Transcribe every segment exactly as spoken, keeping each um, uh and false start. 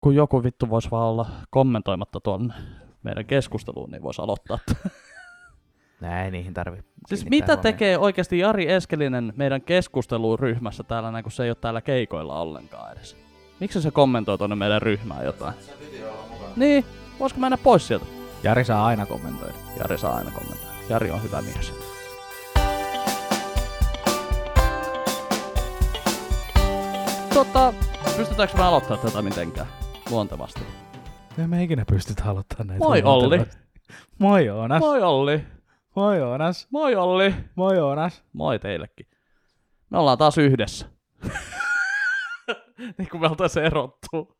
kun joku vittu voisi vaan olla kommentoimatta tuon meidän keskusteluun, niin voisi aloittaa. Näin, niihin tarvii. Siis mitä tekee oikeasti Jari Eskelinen meidän keskusteluryhmässä täällä, näin, kun se ei ole täällä keikoilla ollenkaan edes? Miksi se kommentoi tuonne meidän ryhmään jotain? Se piti olla mukana. Niin, voisiko mennä pois sieltä? Jari saa aina kommentoida. Jari saa aina kommentoida. Jari on hyvä mies. Tota, pystytäänkö me aloittaa tätä mitenkään luontevasti? Ei me ikinä pystytä aloittamaan näitä. Moi Olli! Moi Joonas! Moi Olli! Moi Joonas! Moi Olli! Moi Joonas! Moi teillekin. Me ollaan taas yhdessä. Niin kuin me oltaisiin erottu.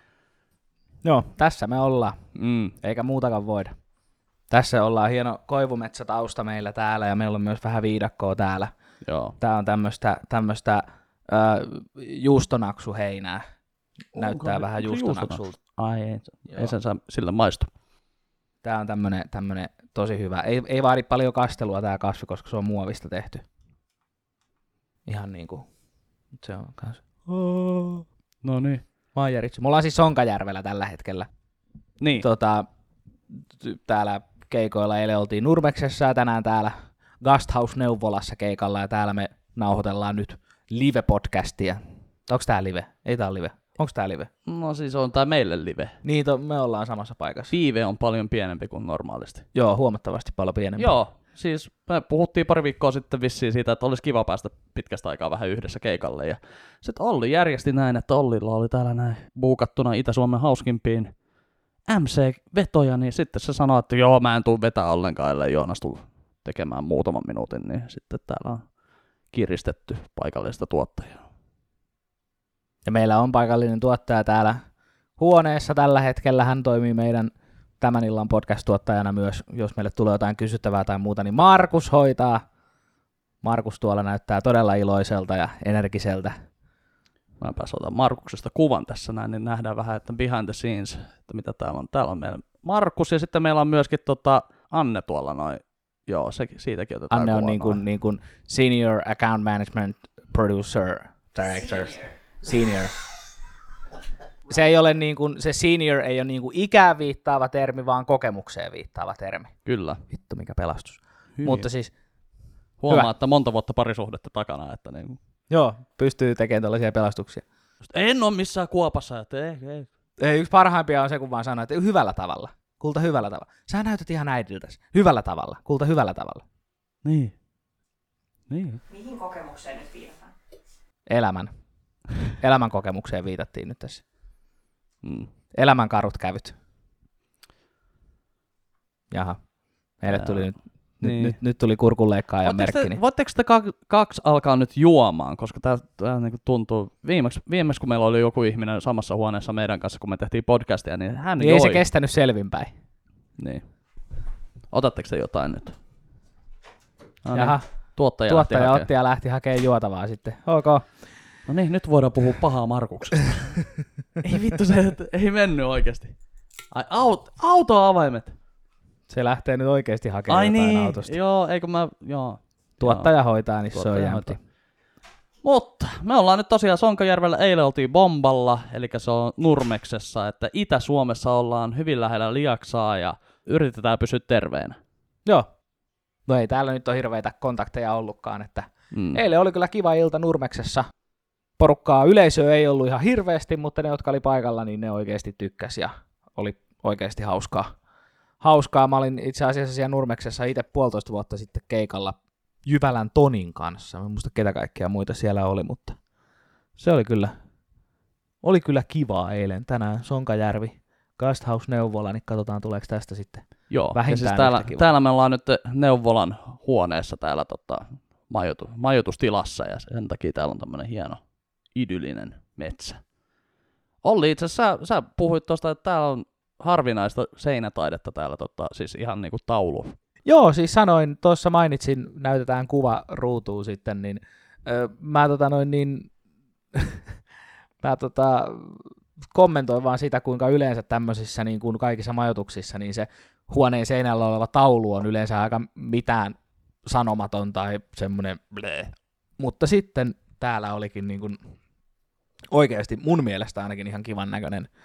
Joo, tässä me ollaan. Mm. Eikä muutakaan voida. Tässä ollaan hieno koivumetsätausta meillä täällä ja meillä on myös vähän viidakkoa täällä. Joo. Tää on tämmöstä, tämmöstä äh, juustonaksuheinää. Näyttää Onko vähän se juustonaksulta. Ai ei, ei sen saa sillä maistu. Tää on tämmönen, tämmönen tosi hyvä. Ei, ei vaadi paljon kastelua tää kasvi, koska se on muovista tehty. Ihan niinku. Se on kans. Oh. No niin. Maijaritsi. Me ollaan siis Sonkajärvellä tällä hetkellä. Niin. Tota, t- täällä keikoilla eilen oltiin Nurmeksessa ja tänään täällä Gasthouse-neuvolassa keikalla ja täällä me nauhoitellaan nyt live-podcastia. Onks tää live? Ei tää ole live. Onks tää live? No siis on tää meille live. Niin, to, me ollaan samassa paikassa. Viive on paljon pienempi kuin normaalisti. Joo, huomattavasti paljon pienempi. Joo, siis me puhuttiin pari viikkoa sitten vissiin siitä, että olisi kiva päästä pitkästä aikaa vähän yhdessä keikalle. Ja sitten Olli järjesti näin, että Ollilla oli täällä näin buukattuna Itä-Suomen hauskimpiin M C-vetoja, niin sitten se sanoi, että joo, mä en tuu vetää ollenkaan, ellei Joonas tuu tekemään muutaman minuutin, niin sitten täällä on kiristetty paikallista tuottajaa. Ja meillä on paikallinen tuottaja täällä huoneessa tällä hetkellä. Hän toimii meidän tämän illan podcast-tuottajana myös, jos meille tulee jotain kysyttävää tai muuta, niin Markus hoitaa. Markus tuolla näyttää todella iloiselta ja energiseltä. Mä pääsin otan Markuksesta kuvan tässä näin, niin nähdään vähän, että behind the scenes, että mitä täällä on. Täällä on meillä Markus ja sitten meillä on myöskin tota Anne tuolla noin. Joo, se, siitäkin otetaan Anne on kuva niin kuin, niin kuin Senior Account Management Producer Director. Senior. Se ei ole niin kuin, se senior ei ole niin kuin ikään viittaava termi, vaan kokemukseen viittaava termi. Kyllä. Vittu, mikä pelastus. Hyi. Mutta siis, Huomaa, hyvä. että monta vuotta parisuhdetta takana, että niin. Joo, pystyy tekemään tällaisia pelastuksia. En ole missään kuopassa, että ei, ei. Ei, yksi parhaimpia on se, kun vaan sanoo, että hyvällä tavalla. Kulta hyvällä tavalla. Sä näytät ihan äidiltäsi. Hyvällä tavalla. Kulta hyvällä tavalla. Niin. Niin. Mihin kokemukseen nyt viitataan? Elämän. Elämän kokemukseen viitattiin nyt tässä. Mm. Elämän karut kävyt. Jaha. Meille tuli nyt, Niin. nyt, nyt, nyt tuli kurkunleikkaajan Voitteko merkki. te, voitteko te kak, kaksi alkaa nyt juomaan, koska tää, tää niinku tuntuu, viimeksi, viimeksi kun meillä oli joku ihminen samassa huoneessa meidän kanssa, kun me tehtiin podcastia, niin hän Niin joi. ei se kestänyt selvinpäin. Niin. Otatteko te jotain nyt? No Jaha. niin. Tuottaja, Tuottaja lähti otti ja lähti hakemaan juotavaa sitten. Ok. No niin, nyt voidaan puhua pahaa Markuksesta. Ei vittu se, että ei mennyt oikeasti. Ai, aut, auto-avaimet. Se lähtee nyt oikeasti hakemaan Ai jotain niin, autosta. joo, eikö mä, joo. Tuottaja joo. hoitaa, niin Tuottaja se on hoitaa. jämpti. Mutta me ollaan nyt tosiaan Sonkajärvellä, eilen oltiin Bomballa, eli se on Nurmeksessa, että Itä-Suomessa ollaan hyvin lähellä Liaksaa ja yritetään pysyä terveenä. Joo. No ei täällä nyt ole hirveitä kontakteja ollutkaan, että Mm. eilen oli kyllä kiva ilta Nurmeksessa. Porukkaa yleisöä ei ollut ihan hirveästi, mutta ne, jotka oli paikalla, niin ne oikeasti tykkäsi ja oli oikeasti hauskaa. Hauskaa. Mä olin itse asiassa siellä Nurmeksessa itse puolitoista vuotta sitten keikalla Jyvälän Tonin kanssa. Mä en muista ketä kaikkia muita siellä oli, mutta se oli kyllä, oli kyllä kivaa eilen. Tänään Sonkajärvi, Gasthouse-neuvola, niin katsotaan tuleeko tästä sitten. Joo, ja Vähintään siis täällä, yhtä kiva. täällä me ollaan nyt neuvolan huoneessa täällä tota, majoitu, majoitustilassa ja sen takia täällä on tämmöinen hieno idyllinen metsä. Olli, itse asiassa sä, sä puhuit tuosta, että täällä on harvinaista seinätaidetta täällä, tota, siis ihan niinku taulu. Joo, siis sanoin, tuossa mainitsin, näytetään kuva ruutuun sitten, niin öö, mä tota noin niin, mä tota, kommentoin vaan sitä, kuinka yleensä tämmöisissä niin kuin kaikissa majoituksissa, niin se huoneen seinällä oleva taulu on yleensä aika mitään sanomaton tai semmoinen bleh. Mutta sitten täällä olikin niin kuin oikeasti mun mielestä ainakin ihan kivan näköinen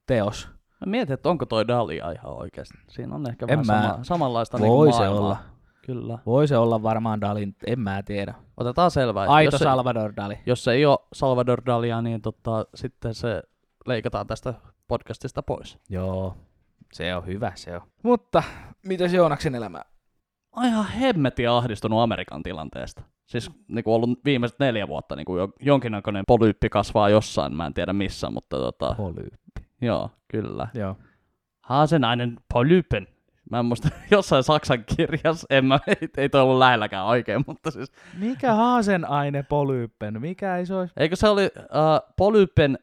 teos. Mä mietin, että onko toi Dalia ihan oikeasti. Siinä on ehkä En vähän mä... sama, samanlaista Voi niin se maailmaa. olla. Kyllä. Voi se olla varmaan Dalin, en mä tiedä. Otetaan selvää. Aito jos Salvador Dali. Se, jos se ei ole Salvador Dalia, niin tota, sitten se leikataan tästä podcastista pois. Joo, se on hyvä se on. Mutta mitäs Joonaksen elämää? Mä oon ihan hemmetin ahdistunut Amerikan tilanteesta. Siis niin kuin ollut viimeiset neljä vuotta niin kuin jonkinnäköinen polyyppi kasvaa jossain, mä en tiedä missä, mutta tota... Polyyppi. Joo, kyllä. Joo. Haasenainen polypen. Mä en muista jossain saksan kirjassa, en mä, ei, ei toi ollut lähelläkään oikein, mutta siis... Mikä haasenaine polyyppen? Mikä ei se olisi? Eikö se oli uh, polypen...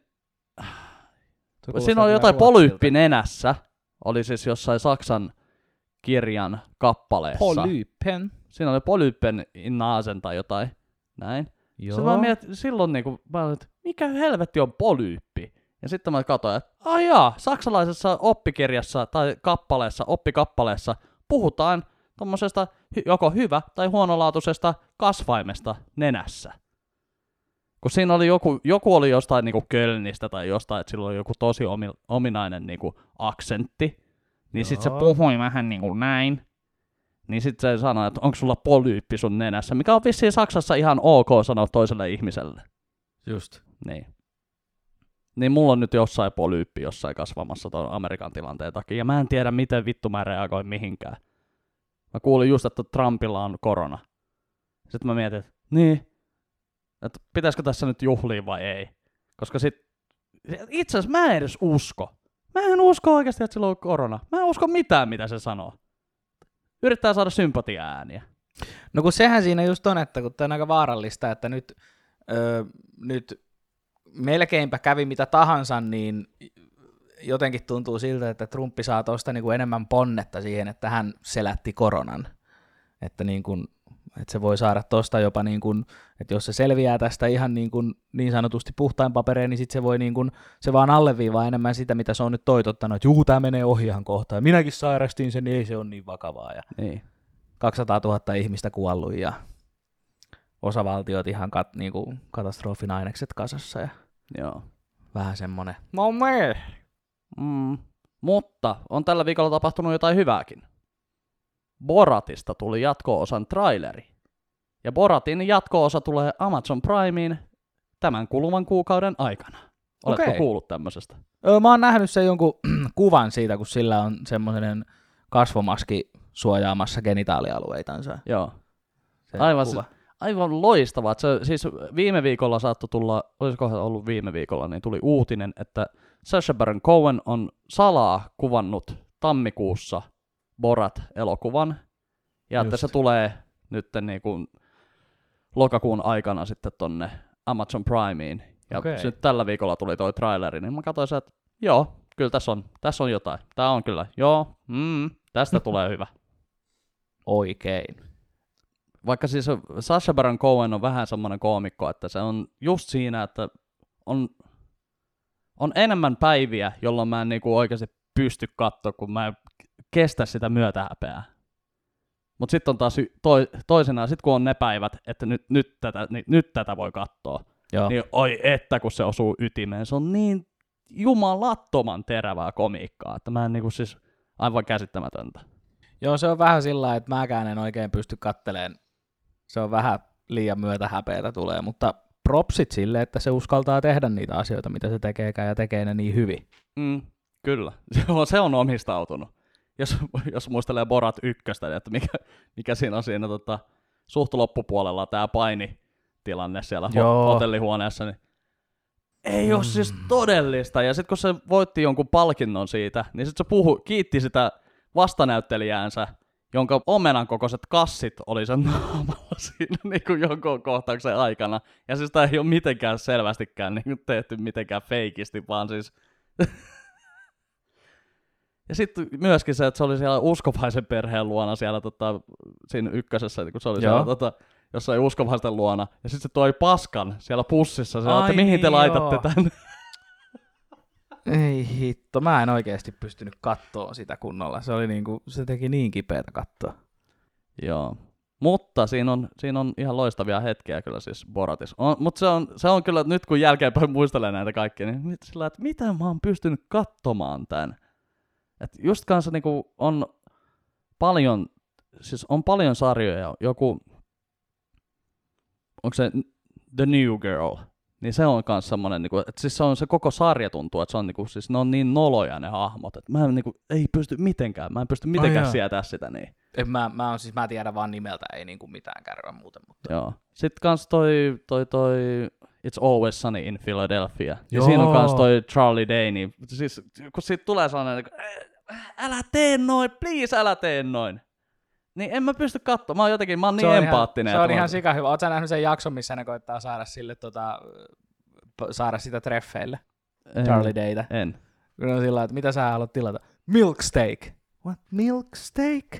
Se Siinä oli kyllä jotain ruotsilta. polyyppi nenässä. Oli siis jossain saksan kirjan kappaleessa. Polyyppen. Siinä oli polypen in nasen tai jotain. Näin. Joo. Se mä mietin, silloin niinku, mä olin, että mikä helvetti on polyyppi? Ja sitten mä katsoin, että ajaa, saksalaisessa oppikirjassa tai kappaleessa, oppikappaleessa puhutaan tommosesta hy- joko hyvä- tai huonolaatuisesta kasvaimesta nenässä. Kun siinä oli joku, joku oli jostain niinku Kölnistä tai jostain, että sillä oli joku tosi omi, ominainen niinku aksentti, niin sitten se Joo. puhui vähän niinku näin. Niin sitten se sanoi, että onko sulla polyyppi sun nenässä, mikä on vissiin Saksassa ihan ok sanoa toiselle ihmiselle. Just. Niin. Niin mulla on nyt jossain polyyppi jossain kasvamassa tuon Amerikan tilanteen takia, ja mä en tiedä, miten vittu mä reagoin mihinkään. Mä kuulin just, että Trumpilla on korona. Sitten mä mietin, että niin, että pitäisikö tässä nyt juhlia vai ei. Koska sit, itse asiassa mä en edes usko. Mä en usko oikeasti, että sillä on korona. Mä en usko mitään, mitä se sanoo. Yrittää saada sympatia-ääniä. No kun sehän siinä just on, että kun tämä on aika vaarallista, että nyt, öö, nyt melkeinpä kävi mitä tahansa, niin jotenkin tuntuu siltä, että Trumpi saa tuosta niinku enemmän ponnetta siihen, että hän selätti koronan. Että, niin kun, että se voi saada tuosta jopa, niin kun, että jos se selviää tästä ihan niin, kun, niin sanotusti puhtain papereen, niin sitten se voi niin kun, se vaan alleviivaa enemmän sitä, mitä se on nyt toitottanut, että juu, tämä menee ohi ihan kohtaan. Minäkin sairastin sen, niin ei se ole niin vakavaa. Ja Niin. kaksisataatuhatta ihmistä kuollut ja osavaltiot ihan kat, niin kuin katastrofin ainekset kasassa ja Joo. vähän semmonen. No me. Mm. Mutta on tällä viikolla tapahtunut jotain hyvääkin. Boratista tuli jatko-osan traileri. Ja Boratin jatko-osa tulee Amazon Primeen tämän kuluvan kuukauden aikana. Oletko Okei. kuullut tämmöisestä? Öö, mä oon nähnyt sen jonkun kuvan siitä, kun sillä on semmoinen kasvomaski suojaamassa genitaalialueitansa. Joo. Se Aivan, kuva. se, aivan loistavaa. Se, siis viime viikolla saattoi tulla, olisikohan ollut viime viikolla, niin tuli uutinen, että Sacha Baron Cohen on salaa kuvannut tammikuussa Borat-elokuvan. Ja Just. että se tulee nyt niin kuin lokakuun aikana sitten tonne Amazon Primeen. Ja Okei. nyt tällä viikolla tuli toi traileri, niin mä katsoin, että joo, kyllä tässä on, tässä on jotain. Tää on kyllä, joo, mm, tästä tulee hyvä. Oikein. Vaikka siis Sacha Baron Cohen on vähän semmoinen koomikko, että se on just siinä, että on, on enemmän päiviä, jolloin mä en niinku oikeasti pysty katsoa, kun mä en kestä sitä myötähäpeää. Mutta sitten on taas toi, toisenaan, sit kun on ne päivät, että nyt, nyt, tätä, niin, nyt tätä voi katsoa, Joo. niin oi että kun se osuu ytimeen, se on niin jumalattoman terävää komiikkaa, että mä en niinku siis aivan käsittämätöntä. Joo, se on vähän sillä lailla, että mäkään en oikein pysty katteleen. Se on vähän liian myötähäpeätä tulee, mutta propsit sille, että se uskaltaa tehdä niitä asioita, mitä se tekeekään ja tekee ne niin hyvin. Mm, kyllä, se on, se on omistautunut. Jos, jos muistelee Borat ykköstä, niin että mikä, mikä siinä on siinä tota, suht loppupuolella tämä painitilanne siellä Joo. hotellihuoneessa, niin ei ole siis todellista. Ja sitten kun se voitti jonkun palkinnon siitä, niin sitten se puhu, kiitti sitä vastanäyttelijäänsä, jonka omenan kokoiset kassit oli sen naamalla siinä niin kuin jonkun kohtauksen aikana. Ja siis tämä ei ole mitenkään selvästikään niin kuin tehty mitenkään feikisti, vaan siis... Ja sitten myöskin se, että se oli siellä uskovaisen perheen luona siellä tota, siinä ykkösessä, kun se oli siellä tota, jossain uskovaisten luona. Ja sitten se toi paskan siellä pussissa, siellä, Ai että mihin te joo. laitatte tän? Ei hitto, mä en oikeasti pystynyt kattoon sitä kunnolla. Se oli niinku, se teki niin kipeätä katsoa. Joo. Mutta siinä on, siinä on ihan loistavia hetkiä kyllä siis Boratissa. Mutta se on, se on kyllä, nyt kun jälkeenpäin muistelen näitä kaikkia, niin mit, sillä että miten mä oon pystynyt katsomaan tämän. Että just kanssa niinku on paljon, siis on paljon sarjoja, joku, onko se The New Girl, niin se on myös semmoinen, niinku, että siis se, on, se koko sarja tuntuu, että se on niinku, siis ne on niin noloja ne hahmot, että mä en niinku, ei pysty mitenkään, mä en pysty mitenkään oh, sietää sitä niin. Mä, mä, on, siis, mä tiedän vaan nimeltä, ei niinku mitään kärryä muuten. Mutta... Joo. Sitten kans toi, toi, toi It's Always Sunny in Philadelphia. Ja siinä on kans toi Charlie Day, niin siis kun siitä tulee sellainen, älä tee noin, please älä tee noin. Niin en mä pysty katsomaan, mä oon jotenkin, mä oon niin empaattinen. Se on ihan sika hyvä. Oot sä nähnyt sen jakson, missä ne koittaa saada sille tota, saada sitä treffeille? En, Charlie Daytä. En. Kun on sillä, että mitä sä haluat tilata? Milk steak. What? Milk steak?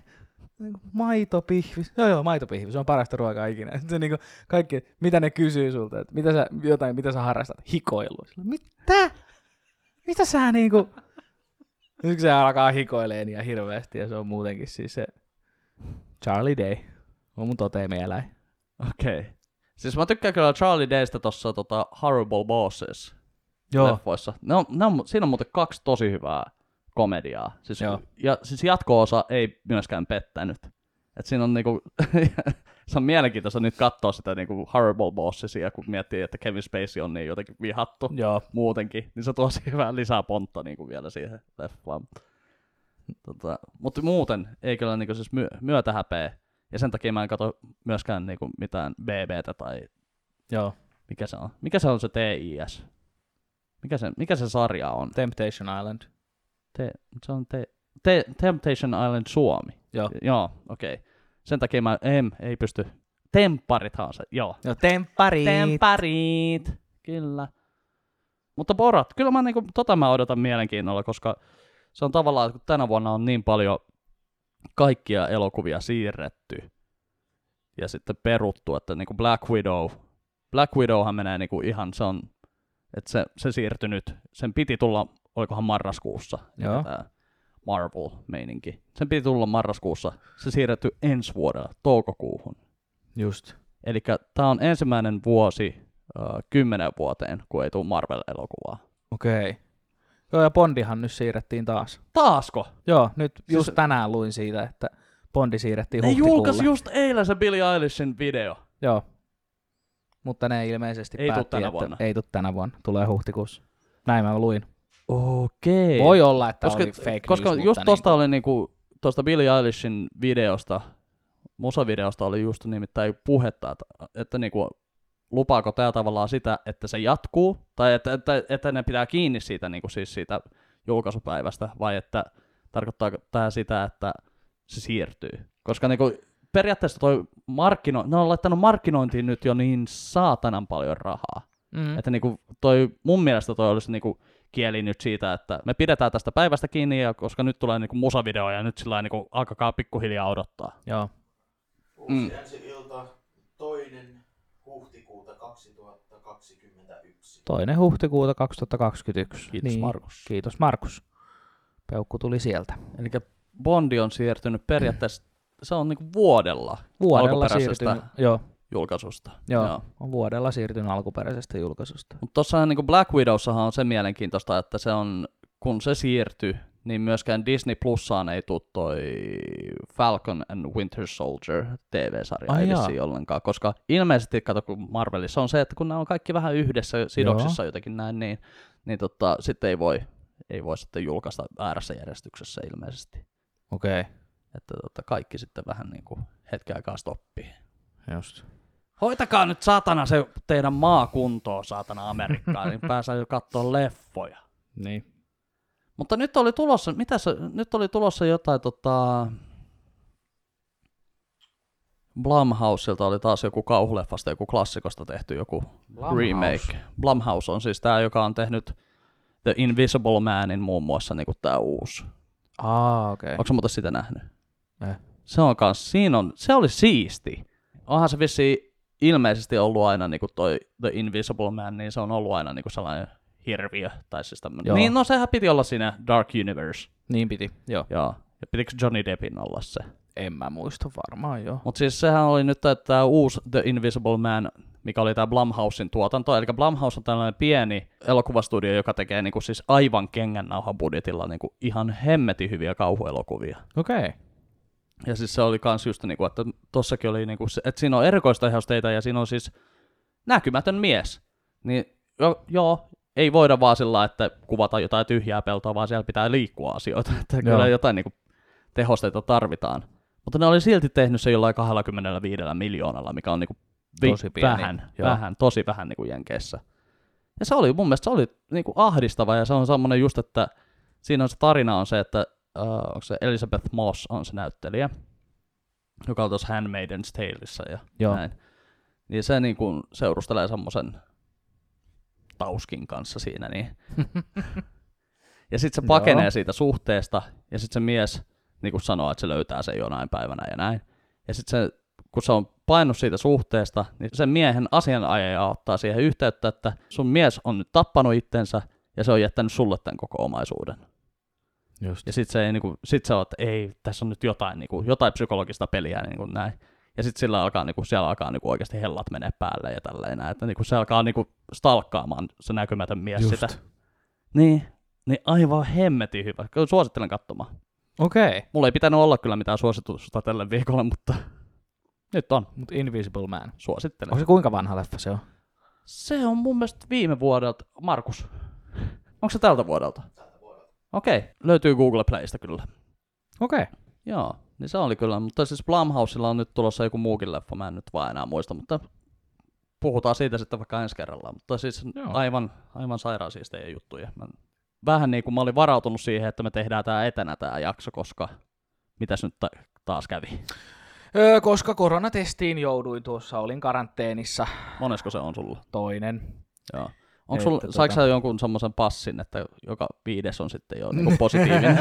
Maitopihvi. Joo joo, maitopihvi. Se on parasta ruokaa ikinä. Se niinku kaikki, mitä ne kysyy sulta, että mitä sä, jotain, mitä sä harrastat? Hikoilua. Mitä? Mitä sä niinku... Yksi se alkaa hikoileen ja hirveästi ja se on muutenkin siis se Charlie Day. On mun toteemieläin. Okei. Okay. Siis mä tykkään kyllä Charlie Daystä tossa tota Horrible Bosses leffoissa. Ne on, ne on, siinä on muuten kaksi tosi hyvää komediaa. Siis, ja siis jatko-osa ei myöskään pettänyt. Et siinä on niinku, se on mielenkiintoista nyt katsoa sitä niinku Horrible Bossesia, kun miettii, että Kevin Spacey on niin jotenkin vihattu Joo. muutenkin. Niin se tuo siihen vähän lisää pontta niinku vielä siihen leffaan. Tota, mutta muuten ei kyllä niinku siis my- myötä häpeä. Ja sen takia mä en katso myöskään niinku mitään B B:tä tai Joo. mikä se on? Mikä se on se T I S? Mikä se, mikä se sarja on? Temptation Island. Te, se on te, te, Temptation Island Suomi. Joo. Joo, okei. Okay. Sen takia mä en, ei pysty. Tempparithan se, joo. Joo, tempparit. Tempparit, kyllä. Mutta Borat, kyllä mä niinku, tota mä odotan mielenkiinnolla, koska se on tavallaan, kun tänä vuonna on niin paljon kaikkia elokuvia siirretty ja sitten peruttu, että niinku Black Widow, Black Widowhan menee niinku ihan, se on, että se, se siirtyi nyt, sen piti tulla, olikohan marraskuussa, tämä Marvel-meininki. Sen piti tulla marraskuussa, se siirretty ensi vuodella, toukokuuhun. Just. Elikkä tää on ensimmäinen vuosi uh, kymmenen vuoteen, kun ei tule Marvel-elokuvaa. Okei. Okay. Joo, ja Bondihan nyt siirrettiin taas. Taasko? Joo, nyt just siis... tänään luin siitä, että Bondi siirrettiin ne huhtikuulle. Ne julkaisi just eilen se Billie Eilishin video. Joo. Mutta ne ilmeisesti ei päätti, tänä että vuonna. ei tule tänä vuonna. Tulee huhtikuussa. Näin mä luin. Okei. Voi olla, että koska, oli fake koska news, just tosta niin oli niinku, tosta Billie Eilishin videosta, musavideosta oli just nimittäin puhetta, että, että niinku, lupaako tää tavallaan sitä, että se jatkuu, tai että, että, että ne pitää kiinni siitä, niinku, siis siitä julkaisupäivästä, vai että tarkoittaako tää sitä, että se siirtyy. Koska niinku, periaatteessa toi markkino, ne on laittanut markkinointiin nyt jo niin saatanan paljon rahaa. Mm. Että niinku, toi, mun mielestä toi olisi niinku, kieli nyt siitä, että me pidetään tästä päivästä kiinni, ja koska nyt tulee niinku, musavideo, ja nyt sillä niinku, alkakaa pikkuhiljaa odottaa. Joo. Uusi mm. ensi-ilta toinen huhtikuuta kaksituhattakaksikymmentäyksi. Toinen huhtikuuta kaksituhattakaksikymmentäyksi. Kiitos niin. Markus. Kiitos Markus. Peukku tuli sieltä. Eli Bondi on siirtynyt periaatteessa, se on niinku vuodella, vuodella alkuperäisestä joo. julkaisusta. Joo, Joo, on vuodella siirtynyt alkuperäisestä julkaisusta. Mutta tuossa niinku Black Widowssahan on se mielenkiintoista, että se on, kun se siirtyi, niin myöskään Disney Plussaan ei tule toi Falcon and Winter Soldier T V-sarja, Ai ei jaa. vissiin ollenkaan, koska ilmeisesti, kato kun Marvelissa on se, että kun nämä on kaikki vähän yhdessä sidoksissa Joo. jotenkin näin, niin, niin tota, sitten ei voi, ei voi sitten julkaista väärässä järjestyksessä ilmeisesti. Okei. Okay. Että tota, kaikki sitten vähän niin kuin hetken aikaa stoppii. Just. Hoitakaa nyt saatana se teidän maakuntoon, saatana Amerikkaan, niin pääsee jo katsoa leffoja. Niin. Mutta nyt oli tulossa, mitä se, nyt oli tulossa jotain tota... Blumhouselta oli taas joku kauhuleffasta, joku klassikosta tehty joku Blumhouse. remake. Blumhouse on siis tää, joka on tehnyt The Invisible Manin muun muassa niinku tää uusi. Aa, okei. Okay. Onko sä muuten sitä nähnyt? Eh. Se on kans, siinä on, se oli siisti. Onhan se vissiin ilmeisesti ollut aina niinku toi The Invisible Man, niin se on ollut aina niinku sellainen hirviö. Tai siis tämmönen. Niin, no sehän piti olla siinä Dark Universe. Niin piti, joo. Joo. Ja pitikö Johnny Deppin olla se? En mä muista varmaan, joo. Mutta siis sehän oli nyt tämä uusi The Invisible Man, mikä oli tämä Blumhousen tuotanto. Eli Blumhouse on tällainen pieni elokuvastudio, joka tekee niinku siis aivan kengännauhan budjetilla niinku ihan hemmetin hyviä kauhuelokuvia. Okei. Okay. Ja siis se oli kans just niinku, että tossakin oli niinku, että siinä on erikoista ihasteita ja siinä on siis näkymätön mies. Niin jo, joo, ei voida vaan sillä, että kuvata jotain tyhjää peltoa, vaan siellä pitää liikkua asioita. Että kyllä jotain niinku tehosteita tarvitaan. Mutta ne oli silti tehnyt se jollain kaksikymmentäviisi miljoonalla, mikä on niinku vi- tosi pieni. vähän, vähän, tosi vähän niinku Jenkeissä. Ja se oli mun mielestä se oli niinku ahdistava ja se on semmoinen just, että siinä on se tarina on se, että uh, onko se Elizabeth Moss on se näyttelijä, joka on tuossa Handmaid's Taleissa ja Joo. näin. Niin se niinku seurustelee semmoisen Tauskin kanssa siinä. Niin. Ja sitten se pakenee Joo. siitä suhteesta ja sitten se mies niinku sanoo, että se löytää sen jonain päivänä ja näin. Ja sitten se, kun se on painut siitä suhteesta, niin sen miehen asianajaja ottaa siihen yhteyttä, että sun mies on nyt tappanut itsensä ja se on jättänyt sulle tämän koko omaisuuden. Just. Ja sitten se, niinku, sit se on, että ei, tässä on nyt jotain, niinku, jotain psykologista peliä niinku näin. Ja sitten sillä alkaa, niinku, siellä alkaa niinku, oikeasti hellat menee päälle ja tälleen näin. Että niinku, se alkaa niinku, stalkkaamaan se näkymätön mies Just. sitä. Niin, niin aivan hemmetin hyvä. Kyllä suosittelen katsomaan. Okei. Okay. Mulla ei pitänyt olla kyllä mitään suositusta tälle viikolle, mutta nyt on. Mut Invisible Man. Suosittelen. Onko se kuinka vanha leffa se on? Se on mun mielestä viime vuodelta. Markus, onko se tältä vuodelta? Tältä vuodelta. Okei, löytyy Google Playsta kyllä. Okei. Okay. Joo, niin se oli kyllä. Mutta siis Blumhousella on nyt tulossa joku muukin leffa, mä en nyt vaan enää muista, mutta puhutaan siitä sitten vaikka ensi kerralla. Mutta siis Joo. aivan, aivan sairaan siistejä juttuja. Mä, vähän niin kuin mä olin varautunut siihen, että me tehdään tää etänä tää jakso, koska mitäs nyt ta- taas kävi? Öö, koska koronatestiin jouduin tuossa, olin karanteenissa. Monesko se on sulla? Toinen. Joo. Onko Että sulla, tota- saiko sä jonkun semmoisen passin, että joka viides on sitten jo niin positiivinen?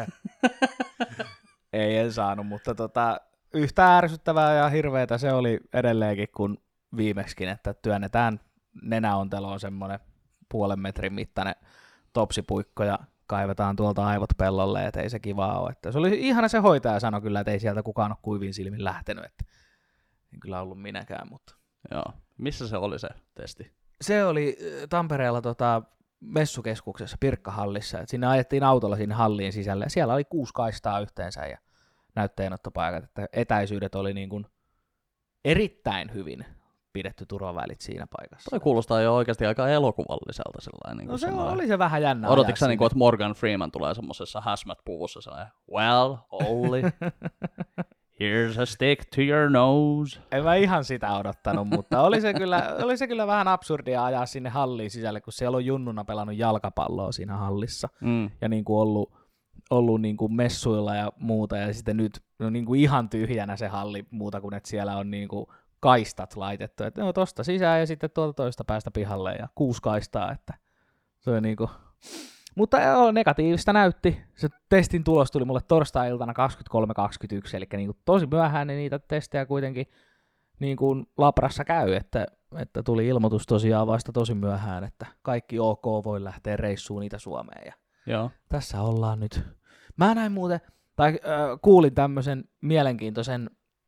Ei, en saanut, mutta tota, yhtä ärsyttävää ja hirveätä se oli edelleenkin kuin viimeksikin, että työnnetään nenäonteloon semmoinen puolen metrin mittainen topsipuikko ja kaivetaan tuolta aivot pellolle, että ei se kivaa ole. Että se oli ihana se hoitaja sanoi kyllä, että ei sieltä kukaan ole kuivin silmin lähtenyt, että en kyllä ollut minäkään, mutta Joo. Missä se oli se testi? se oli äh, Tampereella tota, messukeskuksessa, Pirkkahallissa, että sinne ajettiin autolla sinne halliin sisälle, ja siellä oli kuusi kaistaa yhteensä, ja näytteenottopaikat, että etäisyydet oli niin kuin erittäin hyvin pidetty turvavälit siinä paikassa. Toi kuulostaa jo oikeasti aika elokuvalliselta sellainen. Niin No se sellainen. oli se vähän jännä. Odotitko sä, niin että Morgan Freeman tulee semmosessa hazmat-puvussa sellainen, well, Olli, here's a stick to your nose. En mä ihan sitä odottanut, mutta oli se, kyllä, oli se kyllä vähän absurdia ajaa sinne halliin sisälle, kun siellä on junnuna pelannut jalkapalloa siinä hallissa. Mm. Ja niin kuin ollut, ollut niin kuin messuilla ja muuta, ja sitten nyt no niin kuin ihan tyhjänä se halli muuta kuin, että siellä on niin kuin kaistat laitettu, että no tosta sisään ja sitten tuolta toista päästä pihalle ja kuusi kaistaa, että se on niinku. Mutta joo, negatiivista näytti. Se testin tulos tuli mulle torstai-iltana kaksikymmentäkolme kaksikymmentäyksi, eli niinku tosi myöhään niin niitä testejä kuitenkin niin kuin labrassa käy, että, että tuli ilmoitus tosiaan vasta tosi myöhään, että kaikki ok, voi lähteä reissuun Itä-Suomeen ja Joo. tässä ollaan nyt. Mä näin muuten, tai äh, kuulin tämmöisen mielenkiintoisen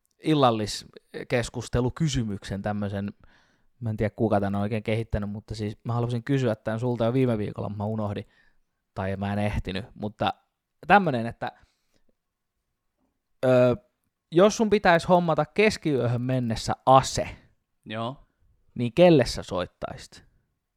illalliskeskustelukysymyksen, tämmöisen, mä en tiedä kuka tämän on oikein kehittänyt, mutta siis mä halusin kysyä tämän sulta jo viime viikolla, mä unohdin, tai mä en ehtinyt, mutta tämmöinen, että ö, jos sun pitäisi hommata keskiyöhön mennessä ase, Joo. niin kelle sä soittaisit?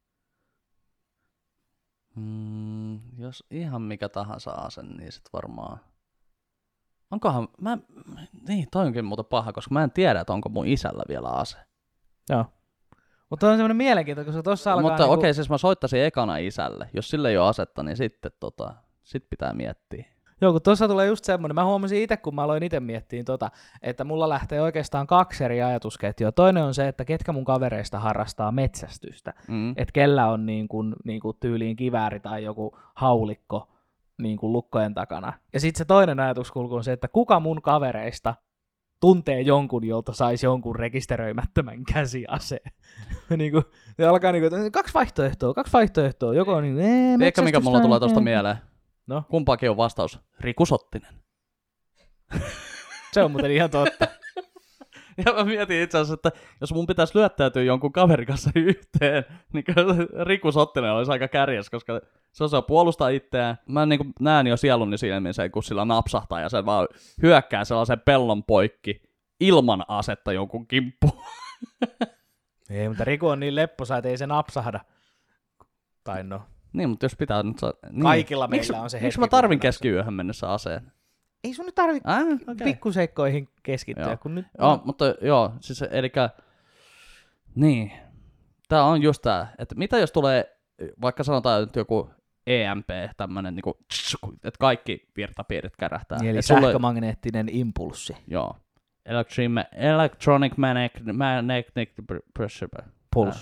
Mm, jos ihan mikä tahansa ase, niin sit varmaan. Onkohan, mä, niin toi onkin muuta paha, koska mä en tiedä, että onko mun isällä vielä ase. Joo. Mutta on semmoinen mielenkiintoinen, koska tuossa alkaa... Mutta niinku... okei, siis mä soittaisin ekana isälle. Jos sille ei ole asetta, niin sitten tota, sit pitää miettiä. Joo, kun tuossa tulee just semmoinen, mä huomasin itse, kun mä aloin itse miettiä tota, että mulla lähtee oikeastaan kaksi eri ajatusketjua. Toinen on se, että ketkä mun kavereista harrastaa metsästystä. Mm. Että kellä on niin kuin, niin kuin tyyliin kivääri tai joku haulikko niin kuin lukkojen takana. Ja sitten se toinen ajatuskulku on se, että kuka mun kavereista tuntee jonkun, jolta saisi jonkun rekisteröimättömän käsiaseen. niin kuin, se alkaa niin kuin, kaksi vaihtoehtoa, kaksi vaihtoehtoa. Joko on niin kuin, ee, Tiedätkö, mikä mulla tulee tuosta ee. mieleen? No? Kumpaakin on vastaus. Riku Sottinen. Se on muuten ihan totta. Ja mä mietin itse asiassa, että jos mun pitäisi lyöttäytyä jonkun kaverin kanssa yhteen, niin kyllä Riku Sottinen olisi aika kärjes, koska se osaa puolustaa itseään. Mä niin kuin näen jo sieluni silmin sen, kun sillä napsahtaa ja se vaan hyökkää sellaisen pellon poikki ilman asetta jonkun kimppuun. Ei, mutta Riku on niin lepposa, että ei se napsahda. Tai no. Niin, mutta jos pitää nyt saa... Niin. Kaikilla meillä Miksi, on se miksi hetki. mä tarvin kun keskiyöhön mennessä aseen? Ei sun nyt tarvitse Ah, okay. pikkuseikkoihin keskittyä, Joo. kun nyt... Joo, mutta joo, siis elikkä... Niin. Tää on just tää, että mitä jos tulee, vaikka sanotaan nyt joku E M P, tämmönen niinku... Että kaikki virtapiirit kärähtää. Niin, eli Et sulle- sähkömagneettinen impulssi. Joo. Electri- electronic magnetic, magnetic pressure. Pulse.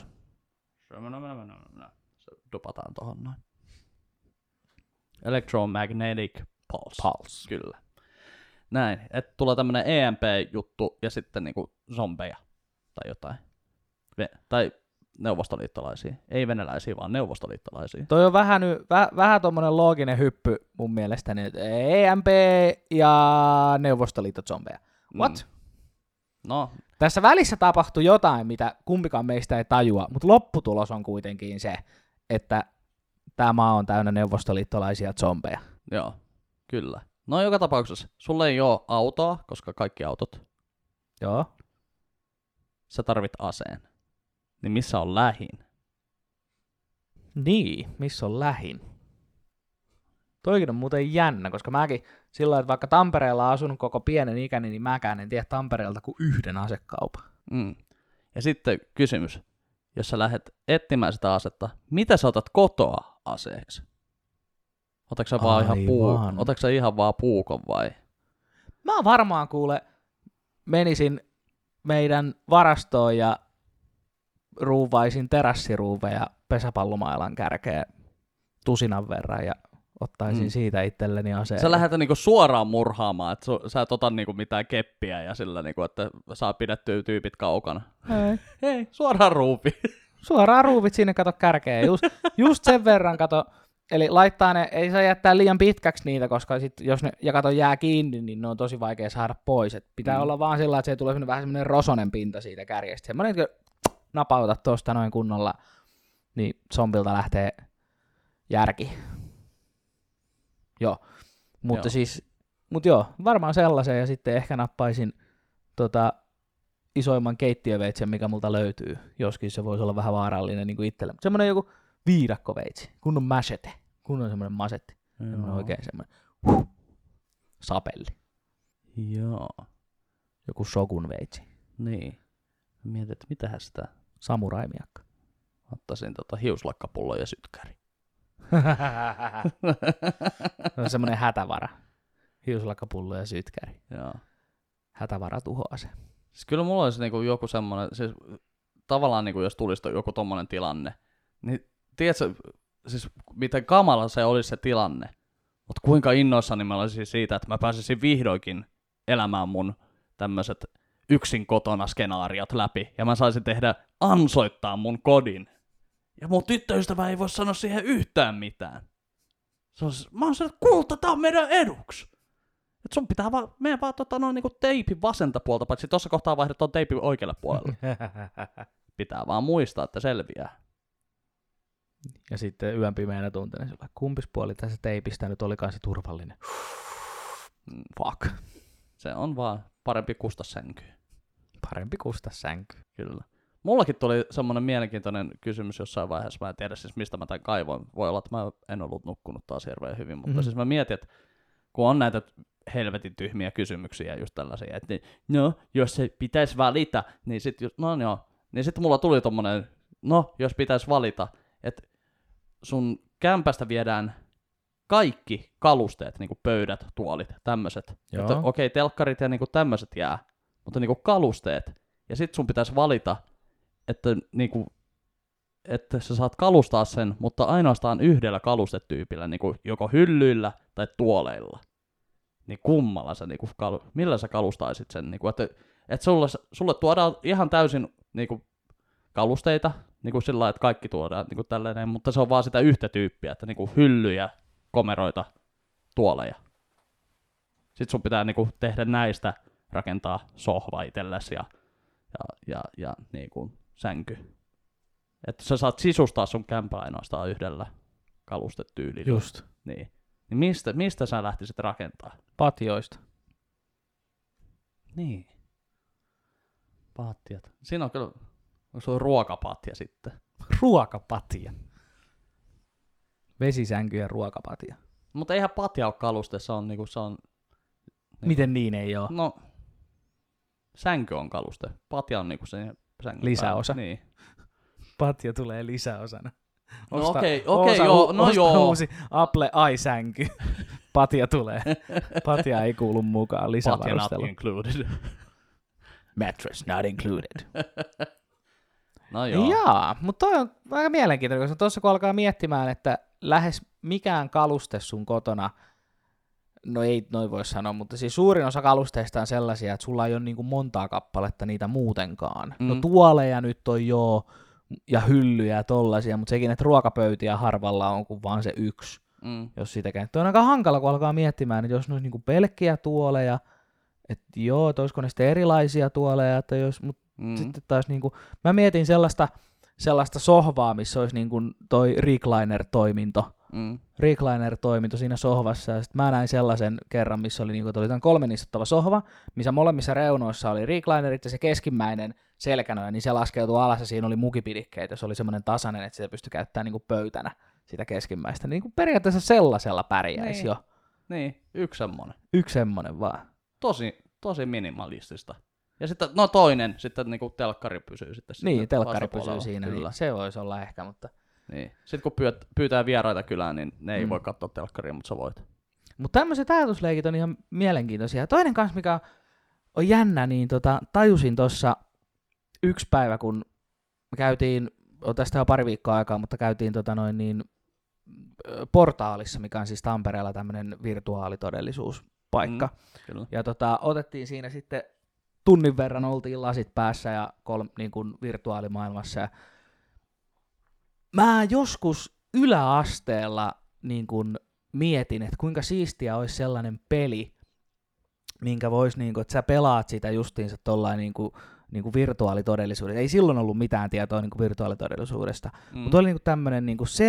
Se dupataan tohon noin. Electromagnetic pulse. Pulse. Kyllä. Näin, että tulee tämmönen E M P-juttu ja sitten niinku zombeja tai jotain. Ve- tai neuvostoliittolaisia. Ei venäläisiä, vaan neuvostoliittolaisia. Toi on vähän, ny- väh, vähän tommonen looginen hyppy mun mielestäni, että E M P ja Neuvostoliitto zombeja. What? Mm. No, Tässä välissä tapahtui jotain, mitä kumpikaan meistä ei tajua, mutta lopputulos on kuitenkin se, että tämä maa on täynnä neuvostoliittolaisia zombeja. joo, kyllä. No joka tapauksessa, sulle ei ole autoa, koska kaikki autot, Joo. sä tarvit aseen. Niin missä on lähin? Niin, missä on lähin? Toikin on muuten jännä, koska mäkin silloin, että vaikka Tampereella on asunut koko pienen ikäni, niin mäkään en tiedä Tampereelta kuin yhden asekaupan. Mm. Ja sitten kysymys, jos sä lähdet etsimään sitä asetta, mitä sä otat kotoa aseeksi? Otatko sä, vaan ihan, puu, Aivan. otatko sä ihan vaan puukon vai? Mä varmaan kuule menisin meidän varastoon ja ruuvaisin terassiruuveja pesäpallomailan kärkeen tusinan verran ja ottaisin Mm. siitä itselleni aseen. Sä lähdet niinku suoraan murhaamaan, että su, sä et ota niinku mitään keppiä ja sillä niinku, että saa pidettyä tyypit kaukana. Ei. Ei, suoraan ruuvi. Suoraan ruuvit sinne kato kärkeen. Just, just sen verran kato. Eli laittaa ne, ei saa jättää liian pitkäksi niitä, koska sit, jos ne ja kato jää kiinni, niin ne on tosi vaikea saada pois. Et pitää Mm. olla vaan sillä, että se tulee semmoinen, vähän semmoinen rosonen pinta siitä kärjestä. Semmoinen, että napautat tuosta noin kunnolla, niin zombilta lähtee järki. Joo. Mutta Joo. siis, mut joo, varmaan sellaisen ja sitten ehkä nappaisin tota, isoimman keittiöveitsen, mikä multa löytyy. Joskin se voisi olla vähän vaarallinen niin kuin itselle. Mutta semmoinen joku viidakkoveitsi, kunnon machete, kunnon semmoinen masetti. Semmoinen oikein semmoinen huh, sapelli. Joo, Joku sokun veitsi. niin. Mietin, että mitähän sitä. Samuraimiakka. Ottaisin tota hiuslakkapullo ja sytkäri. Se on semmoinen hätävara. Hiuslakkapullo ja sytkäri. Joo. Hätävara tuhoase. Siis kyllä mulla olisi niinku joku semmoinen, siis tavallaan niinku jos tulisi to- joku tommonen tilanne, niin tiedätkö, siis miten kamala se olisi se tilanne, mutta kuinka innoissani mä olisin siitä, että mä pääsisin vihdoinkin elämään mun tämmöiset yksin kotona skenaariot läpi, ja mä saisin tehdä ansoittaa mun kodin. Ja mun tyttöystävä ei voi sanoa siihen yhtään mitään. Se on, mä oon sanonut, että kulta, tää on meidän eduksi. Et sun pitää vaan, meidän vaan tota, noin niinku teipin vasenta puolta, paitsi tossa kohtaa vaihdetaan teipin oikealle puolelle. Pitää vaan muistaa, että selviää. Ja sitten yön pimeänä tunteena sulla, kumpis puoli tässä teipistä nyt olikaan se turvallinen. Mm, Fuck. Se on vaan parempi kusta sänkyyn. Parempi kusta sänky. Kyllä. Mullakin tuli semmoinen mielenkiintoinen kysymys jossain vaiheessa, mä en tiedä siis mistä mä tämän kaivoin. Voi olla, että mä en ollut nukkunut taas hirveän hyvin, mutta Mhm. siis mä mietin, että kun on näitä helvetin tyhmiä kysymyksiä just tällaisia, että no, jos se pitäisi valita, niin sit, just, no joo, niin sitten mulla tuli tommonen, no, jos pitäisi valita, että sun kämpästä viedään kaikki kalusteet, niinku pöydät, tuolit, tämmöiset. Joo. Että okei, okay, telkkarit ja niinku tämmöiset jää, mutta niinku kalusteet. Ja sit sun pitäisi valita, että, niinku, että sä saat kalustaa sen, mutta ainoastaan yhdellä kalustetyypillä, niinku joko hyllyillä tai tuoleilla. Niin kummalla sä, niinku, kalu, millä sä kalustaisit sen? Niinku, että että sulle, sulle tuodaan ihan täysin niinku, kalusteita, niinku sillä lailla, että kaikki tuodaan niinku tällainen, mutta se on vaan sitä yhtä tyyppiä, että niinku hyllyjä, komeroita, tuoleja. Sitten sun pitää niinku tehdä näistä rakentaa sohva itsellesi ja, ja, ja, ja niin kuin sänky. Että sä saat sisustaa sun kämpää ainoastaan yhdellä kalustetyylillä. Just. Niin. Niin mistä, mistä sä lähtisit rakentaa? Patjoista. Niin. Patjat. Siinä on kyllä, onko se on ruokapatja sitten? Ruokapatja. Vesisänky ja ruokapatja. Mutta eihän patja ole kaluste, se on niinku, se on... Niin. Miten niin ei ole? No, sänky on kaluste. Patja on niinku se sängyn Lisäosa. päällä. Niin. Patja tulee lisäosana. No okei, okei, joo, no osta joo. uusi Apple i-sänky. Patja tulee. Patja ei kuulu mukaan Patja lisävarustelu. not included. Mattress not included. No joo. Jaa, mutta toi on aika mielenkiintoinen, koska tuossa kun alkaa miettimään, että lähes mikään kaluste sun kotona, no ei noin voi sanoa, mutta siis suurin osa kalusteista on sellaisia, että sulla ei ole niinku montaa kappaletta niitä muutenkaan. Mm. No tuoleja nyt on joo, ja hyllyjä ja tollasia, mutta sekin, että ruokapöytiä harvalla on kuin vaan se yksi, mm. jos sitä käyttää. On aika hankala, kun alkaa miettimään, että jos ne olisi niinku pelkkiä tuoleja, että joo, että olisiko ne sitten erilaisia tuoleja, että jos, mutta mm. sitten taas niinku, mä mietin sellaista, sellaista sohvaa, missä olisi niinku toi recliner-toiminto, mm. recliner-toiminto siinä sohvassa, ja sitten mä näin sellaisen kerran, missä oli, niinku, oli tämän kolmen istuttava sohva, missä molemmissa reunoissa oli reclinerit, ja se keskimmäinen selkänoja, niin se laskeutui alas, ja siinä oli mukipidikkeitä, se oli semmoinen tasainen, että sitä pystyi käyttämään niinku pöytänä, sitä keskimmäistä. Niin periaatteessa sellaisella pärjäisi niin. jo. Niin, yksi semmoinen. Yksi semmoinen vaan. Tosi, tosi minimalistista. Ja sitten, no toinen, sitten niinku telkkari pysyy sitten Niin, siinä telkkari pysyy siinä, niin se voisi olla ehkä, mutta... Niin. Sitten kun pyyt, pyytää vieraita kylään, niin ne ei mm. voi katsoa telkkaria, mutta sä voit. Mutta tämmöiset ajatusleikit on ihan mielenkiintoisia. Ja toinen kanssa, mikä on jännä, niin tota, tajusin tuossa yksi päivä, kun me käytiin, on tästä jo pari viikkoa aikaa, mutta käytiin tota noin niin, Portaalissa, mikä on siis Tampereella tämmöinen virtuaalitodellisuuspaikka. Mm, ja tota, otettiin siinä sitten tunnin verran, oltiin lasit päässä ja kolm, niin kuin virtuaalimaailmassa. Ja mä joskus yläasteella niin kuin mietin, että kuinka siistiä olisi sellainen peli, minkä voisi, niin kuin, että sä pelaat sitä justiinsa tollain niin kuin niin kuin virtuaalitodellisuudesta. Ei silloin ollut mitään tietoa niin kuin virtuaalitodellisuudesta, mm. mutta oli niin kuin tämmöinen niin kuin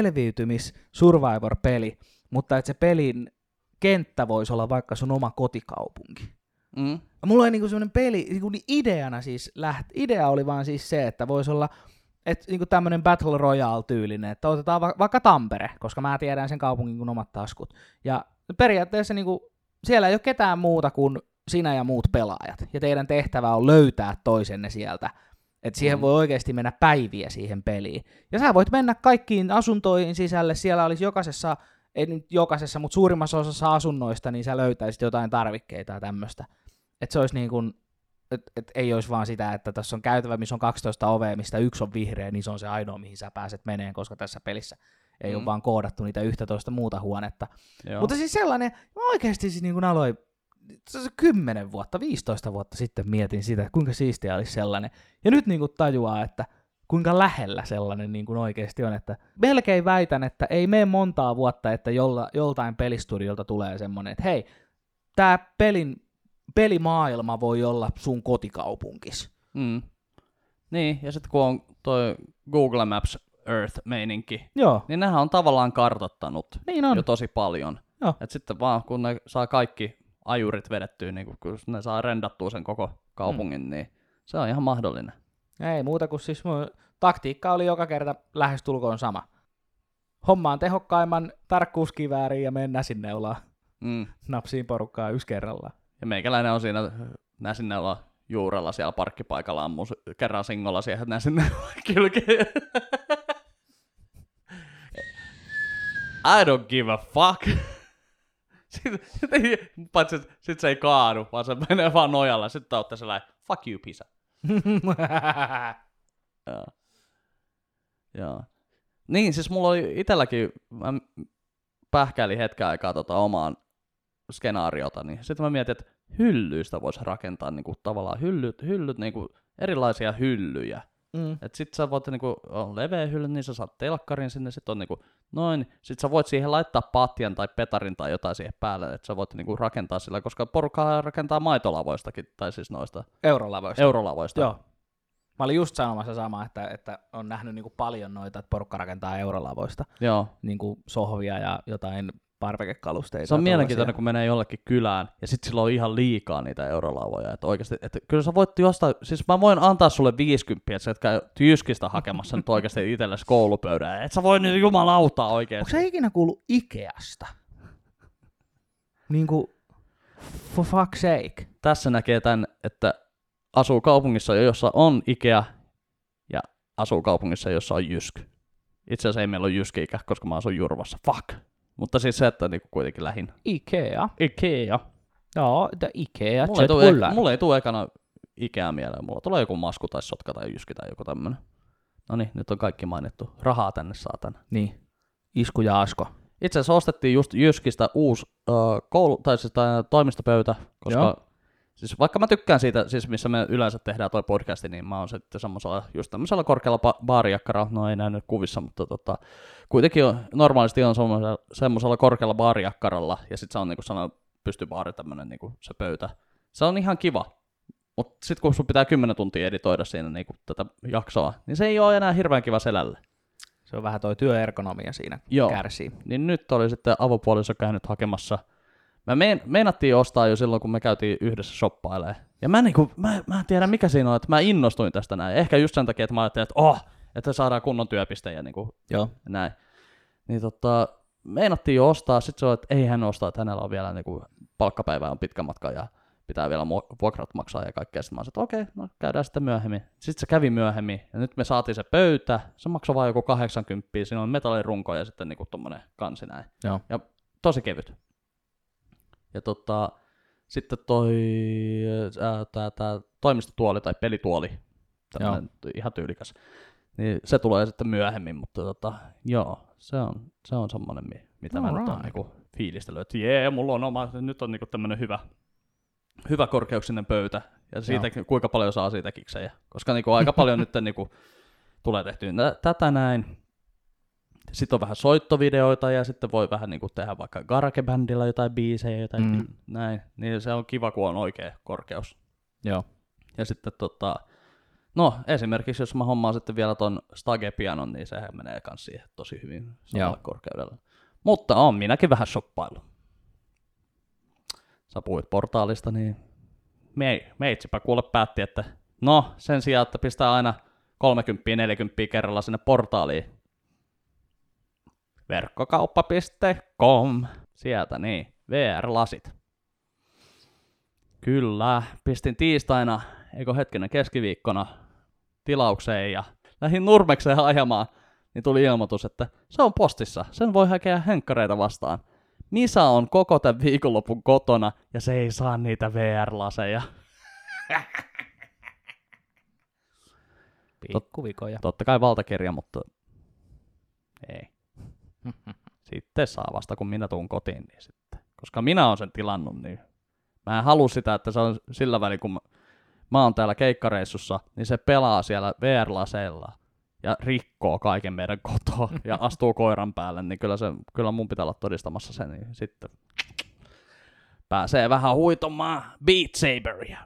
selviytymis-survivor-peli, mutta että se pelin kenttä voisi olla vaikka sun oma kotikaupunki. Mm. Ja mulla oli niin kuin semmoinen peli, niin kuin ideana siis lähti, idea oli vaan siis se, että voisi olla että niin kuin tämmöinen Battle Royale-tyylinen, että otetaan va- vaikka Tampere, koska mä tiedän sen kaupungin kuin omat taskut. Ja periaatteessa niin kuin, siellä ei ole ketään muuta kuin sinä ja muut pelaajat, ja teidän tehtävä on löytää toisenne sieltä, että siihen mm. voi oikeasti mennä päiviä siihen peliin. Ja sä voit mennä kaikkiin asuntoihin sisälle, siellä olisi jokaisessa, ei nyt jokaisessa, mutta suurimmassa osassa asunnoista, niin sä löytäisit jotain tarvikkeita ja tämmöistä. Että se olisi niin kuin, että et ei olisi vaan sitä, että tässä on käytävä, missä on kaksitoista ovea, mistä yksi on vihreä, niin se on se ainoa, mihin sä pääset meneen, koska tässä pelissä ei mm. ole vaan koodattu niitä yksitoista muuta huonetta. Joo. Mutta siis sellainen, mä oikeasti siis niin kuin aloin, kymmenen vuotta, viisitoista vuotta sitten mietin sitä, kuinka siistiä olisi sellainen. Ja nyt niin kuin tajuaa, että kuinka lähellä sellainen niin kuin oikeasti on. Että melkein väitän, että ei mene montaa vuotta, että jolla, joltain pelistudiolta tulee semmoinen, että hei, tämä pelin, pelimaailma voi olla sun kotikaupunkis. Mm. Niin, ja sitten kun on toi Google Maps Earth-meininki, Joo. niin nehän on tavallaan kartoittanut niin on. jo tosi paljon. Et sitten vaan kun ne saa kaikki ajurit vedettyä, niin kun ne saa rendattua sen koko kaupungin, mm. niin se on ihan mahdollinen. Ei muuta kuin siis mun taktiikka oli joka kerta lähestulkoon sama. Hommaan tehokkaimman tarkkuuskivääriin ja menen näsinneulaan. Mm. Napsiin porukkaa yksi kerrallaan. Ja meikäläinen on siinä näsinneulaan juurella siellä parkkipaikalla ammun kerran singolla siihen näsinneulaan kylkeen. I don't give a fuck. Sitten, paitsi että sit se ei kaadu, vaan se menee vaan nojalla. Sitten tää ottaa sellainen, fuck you, Pisa. Joo. Joo. Niin, siis mulla oli itelläkin, mä pähkäilin hetken aikaa tota omaan skenaariota, niin sitten mä mietin, että hyllyistä voisi rakentaa niinku tavallaan hyllyt, hyllyt niinku erilaisia hyllyjä. Mm. Et sit sä voit niinku, on leveä hylly, niin sä saat telkkarin sinne, sit on niinku noin, sit sä voit siihen laittaa patjan tai petarin tai jotain siihen päälle, että sä voit niinku rakentaa sillä, koska porukkaa rakentaa maitolavoistakin, tai siis noista Eurolavoista. eurolavoista. Joo. Mä olin just sanomassa samaa, että, että on nähnyt niinku paljon noita, että porukka rakentaa eurolavoista. Joo. Niinku sohvia ja jotain parvekekalusteita. Se on mielenkiintoinen, kun menee jollekin kylään, ja sit sillä on ihan liikaa niitä eurolavoja. Että oikeasti, että kyllä sä voit jostain, siis mä voin antaa sulle viisikymmentä, että sä et käy Jyskistä hakemassa nyt oikeasti itsellesi koulupöydää. Et sä voi nyt jumalauta oikeesti. Onko se ikinä kuullut Ikeasta? Niinku, for fuck's sake. Tässä näkee tämän, että asuu kaupungissa, jossa on Ikea, ja asuu kaupungissa, jossa on Jysk. Itse asiassa ei meillä ole Jysk-ikä, koska mä asun Jurvassa. Fuck. Mutta siis se, että on niinku kuitenkin lähin. Ikea. Ikea. Joo, the Ikea. Mulla ei, tule, e- mulla ei tule ekana Ikea mieleen. Mulla tulee joku Masku tai Sotka tai Jyski tai joku tämmönen. Noniin, nyt on kaikki mainittu. Rahaa tänne saatana. Niin. Isku ja Asko. Itse asiassa ostettiin just Jyskistä uusi uh, koulu, tai siis tai toimistopöytä, koska Joo. siis vaikka mä tykkään siitä, siis missä me yleensä tehdään toi podcasti, niin mä oon sitten semmoisella, just tämmöisellä korkealla ba- baarijakkaralla, no ei näy nyt kuvissa, mutta tota, kuitenkin on, normaalisti on semmoisella, semmoisella korkealla baarijakkaralla, ja sitten se on niinku sellainen pystybaari tämmönen niinku se pöytä. Se on ihan kiva, mutta sitten kun sun pitää kymmenen tuntia editoida siinä niinku tätä jaksoa, niin se ei ole enää hirveän kiva selälle. Se on vähän toi työergonomia siinä Joo. kärsii. Niin nyt oli sitten avopuoliso käynyt hakemassa. Mä mein, meinattiin ostaa jo silloin, kun me käytiin yhdessä shoppailemaan. Ja mä, niinku, mä, mä en tiedä, mikä siinä on, että mä innostuin tästä näin. Ehkä just sen takia, että mä ajattelin, että oh, että saadaan kunnon työpistejä niinku, Joo. näin. Niin tota, meinattiin jo ostaa, sit se on, että ei hän ostaa, että hänellä on vielä niinku, palkkapäivä on pitkä matka ja pitää vielä vuokrat maksaa ja kaikkea. Sitten mä sanoin, että okei, okay, no käydään sitten myöhemmin. Sitten se kävi myöhemmin ja nyt me saatiin se pöytä. Se maksoi vain joku kahdeksankymmentä, siinä on metallirunko ja sitten niinku tommonen kansi näin. Joo. Ja tosi kevyt. Ja tota, sitten toi ää, tää, tää toimistotuoli tai pelituoli, tämmönen ihan tyylikäs, niin se tulee sitten myöhemmin, mutta tota, joo, se on, se on semmonen, mitä mä nyt on niinku fiilistellyt, että jee, mulla on oma, nyt on niinku tämmönen hyvä, hyvä korkeuksinen pöytä, ja siitä, joo. Kuinka paljon saa siitä kiksejä, koska niinku aika paljon nyt niinku tulee tehtyä tätä näin. Sitten on vähän soittovideoita ja sitten voi vähän niinku tehdä vaikka GarageBandilla jotain biisejä jotain mm. näin. Niin se on kiva, kun on oikea korkeus. Joo. Ja sitten tota, no esimerkiksi jos mä hommaan sitten vielä ton Stage-pianon, niin sehän menee kans siihen tosi hyvin samalla Joo. korkeudella. Mutta on minäkin vähän shoppailu. Sä puhuit portaalista, niin me, meitsipä kuule päätti, että no sen sijaan, että pistää aina kolmekymmentä neljäkymmentä kerralla sinne portaaliin. Verkkokauppa piste com. Sieltä niin, V R-lasit. Kyllä, pistin tiistaina, eikö hetkinen keskiviikkona tilaukseen ja lähdin Nurmekseen ajamaan, niin tuli ilmoitus, että se on postissa, sen voi hakea henkkareita vastaan. Misa on koko tämän viikonlopun kotona ja se ei saa niitä V R-laseja. Pikkuvikoja. Totta kai valtakirja, mutta ei. Sitten saa vasta, kun minä tuun kotiin, niin sitten. Koska minä olen sen tilannut, niin mä en halua sitä, että se on sillä välin, kun mä, mä oon täällä keikkareissussa, niin se pelaa siellä V R-laseilla ja rikkoo kaiken meidän kotoa ja astuu koiran päälle, niin kyllä, se, kyllä mun pitää olla todistamassa sen, niin sitten pääsee vähän huitomaan Beat Saberia.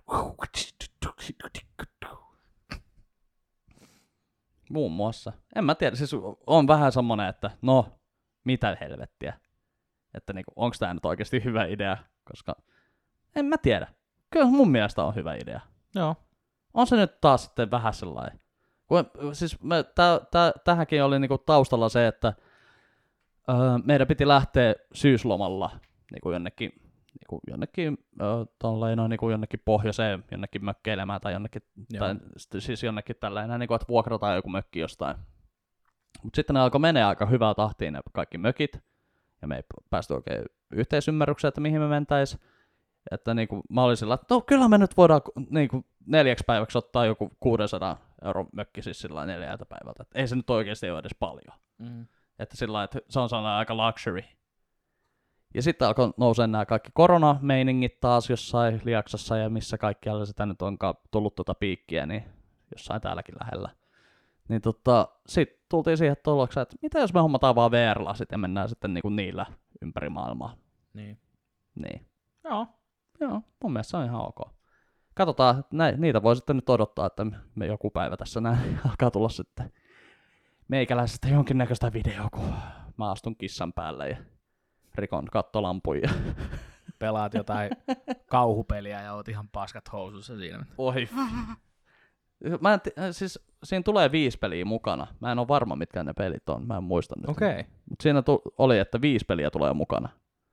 Muun muassa. En mä tiedä, siis on vähän semmonen, että no, mitä helvettiä. Että niinku, onks tää nyt oikeesti hyvä idea, koska en mä tiedä. Kyllä mun mielestä on hyvä idea. Joo. On se nyt taas sitten vähän sellainen. Kun, siis me, tä, tä, tähänkin oli niinku taustalla se, että öö, meidän piti lähteä syyslomalla niinku jonnekin, niinku jonnekin, öö, tolleen, no, niinku jonnekin pohjoiseen, jonnekin mökkeilemään tai jonnekin, tai, siis jonnekin tällainen, niinku, että vuokrataan joku mökki jostain. Mutta sitten ne alkoi menee aika hyvää tahtiin ne kaikki mökit, ja me ei päästy oikein yhteisymmärrykseen, että mihin me mentäis. Että niinku, mä olin sillä, että no kyllä me nyt voidaan niinku, neljäksi päiväksi ottaa joku kuusisataa euron mökki siis sillä neljältä päivältä. Et ei se nyt oikeasti ole edes paljon. Mm. Että sillä että se on sellainen aika luxury. Ja sitten alkoi nousee nämä kaikki koronameiningit taas jossain Liaksassa ja missä kaikkialla sitä nyt onkaan tullut tuota piikkiä, niin jossain täälläkin lähellä. Niin tota, sit tultiin siihen tulokseen, että mitä jos me hommataan vaan V R-lasit ja mennään sitten niinku niillä ympäri maailmaa. Niin. Niin. Joo. Joo, mun mielestä se on ihan ok. Katsotaan, näin, niitä voi sitten nyt odottaa, että me joku päivä tässä näin alkaa tulla sitten meikäläisestä jonkinnäköistä videoa, kun mä astun kissan päälle ja rikon kattolampuja. Pelaat jotain kauhupeliä ja oot ihan paskat housussa siinä. Oi. Mä en t- siis siinä tulee viisi peliä mukana. Mä en ole varma, mitkä ne pelit on. Mä en muista nyt. Okei. Okay. Mutta siinä tu- oli, että viisi peliä tulee mukana.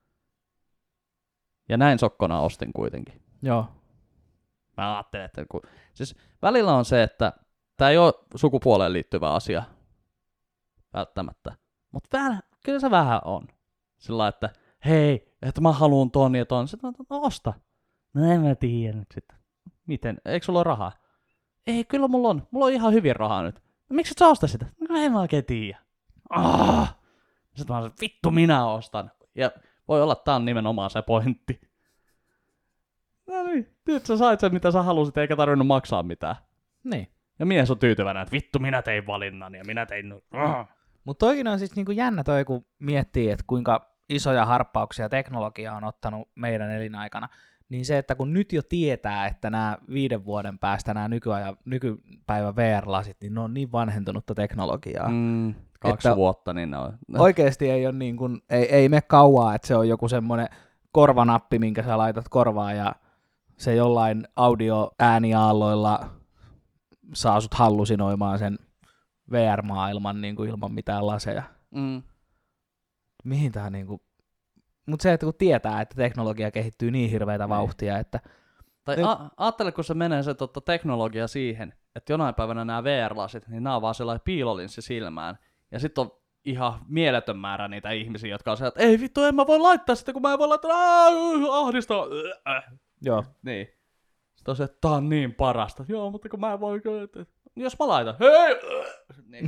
Ja näin sokkona ostin kuitenkin. Joo. Mä ajattelin, että kun... Siis välillä on se, että tää ei ole sukupuoleen liittyvä asia. Välttämättä. Mutta vähän, kyllä se vähän on. Sillä että hei, että mä haluun ton ja ton. Sitten no osta. No en mä tiedä nyt sitten. Miten? Eikö sulla ole rahaa? Ei, kyllä mulla on. Mulla on ihan hyvin rahaa nyt. No miksi et sä osta sitä? No en mä oikein tiedä. Ah! Sitten mä sanoin, vittu minä ostan. Ja voi olla, että tää on nimenomaan se pointti. No niin, nyt sä sait sen mitä sä halusit eikä tarvinnut maksaa mitään. Niin. Ja mies on tyytyväinen, että vittu minä tein valinnan ja minä tein... Ah! Mutta toikin on siis niinku jännä toi, kun miettii, että kuinka isoja harppauksia teknologia on ottanut meidän elinaikana. Niin se, että kun nyt jo tietää, että nämä viiden vuoden päästä nämä nykyajan, nykypäivän V R-lasit, niin ne on niin vanhentunutta teknologiaa. Mm, kaksi että vuotta, niin ne on. Oikeasti ei ole niin kuin, ei, ei mene kauaa, että se on joku semmoinen korvanappi, minkä sä laitat korvaan ja se jollain audio-ääniaalloilla saa sut hallusinoimaan sen V R-maailman niin kuin ilman mitään laseja. Mm. Mihin tää niinku... Mut se, että kun tietää, että teknologia kehittyy niin hirveätä vauhtia, että... Tai Nyt... a- ajattele, kun se menee se totta, teknologia siihen, että jonain päivänä nämä V R-lasit, niin nämä on vaan sellainen piilolinssi silmään. Ja sitten on ihan mieletön määrä niitä ihmisiä, jotka on se, että ei vittu, en mä voi laittaa sitä, kun mä en voi laittaa, ahdistaa. Joo. Niin. Sitten on se, että tää on niin parasta. Joo, mutta kun mä en voi, jos mä laitan, hei! Niin.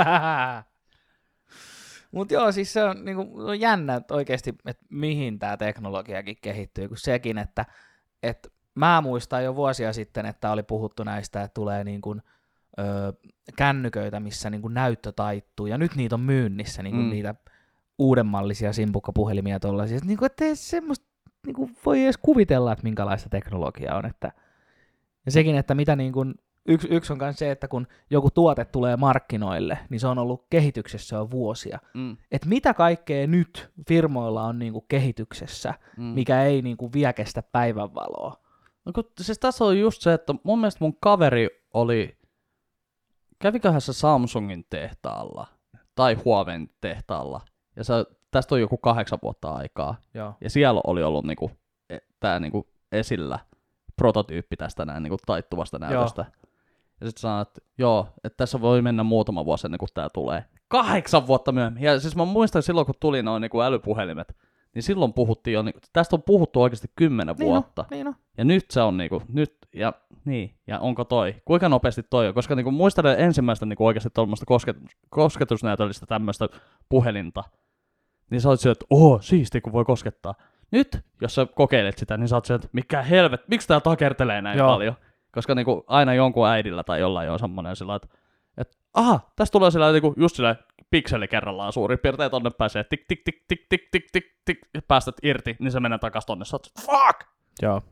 Mut joo, siis se on, niinku, on jännä että oikeasti, että mihin tämä teknologiakin kehittyy, kun sekin, että, että mä muistan jo vuosia sitten, että oli puhuttu näistä, että tulee niin kuin, ö, kännyköitä, missä niin kuin näyttö taittuu, ja nyt niitä on myynnissä, niin kuin mm. niitä uudenmallisia simpukkapuhelimia tollaisia, niin kuin, että ei semmoista niin kuin voi edes kuvitella, että minkälaista teknologiaa on, että, ja sekin, että mitä niin kuin, Yksi, yksi on myös se, että kun joku tuote tulee markkinoille, niin se on ollut kehityksessä jo vuosia. Mm. Että mitä kaikkea nyt firmoilla on niinku kehityksessä, mm. mikä ei niinku vie kestä päivänvaloa. No kun, siis tässä on just se, että mun mielestä mun kaveri oli, käviköhän se Samsungin tehtaalla tai Huawein tehtaalla, ja se, tästä on joku kahdeksan vuotta aikaa, Joo. ja siellä oli ollut niinku, tää niinku esillä prototyyppi tästä näin niinku taittuvasta näytöstä. Joo. Ja sitten sanoin, että joo, että tässä voi mennä muutama vuosi ennen kuin tää tulee. Kahdeksan vuotta myöhemmin. Ja siis mä muistan silloin, kun tuli noin niin älypuhelimet, niin silloin puhuttiin jo, niin, tästä on puhuttu oikeasti kymmenen niin vuotta. No, niin no. Ja nyt se on niinku, nyt, ja niin, ja onko toi? Kuinka nopeasti toi on? Koska niinku muistelen ensimmäistä niinku oikeasti tuollaista kosketus, kosketusnäytöllistä tämmöistä puhelinta, niin sä oot sieltä, että oho, siisti kun voi koskettaa. Nyt, jos sä kokeilet sitä, niin sä oot sieltä, että mikä helvet, miksi tää takertelee näin Joo. paljon? Koska niinku aina jonkun äidillä tai jollain on semmoinen sillä, että, että aha, tässä tulee sillä niinku just sillä pikseli kerrallaan suurin piirtein, tonne pääsee tik tik tik tik tik tik tik tik ja päästät irti, niin se menee takas tonne, sä oot, fuck! Joo.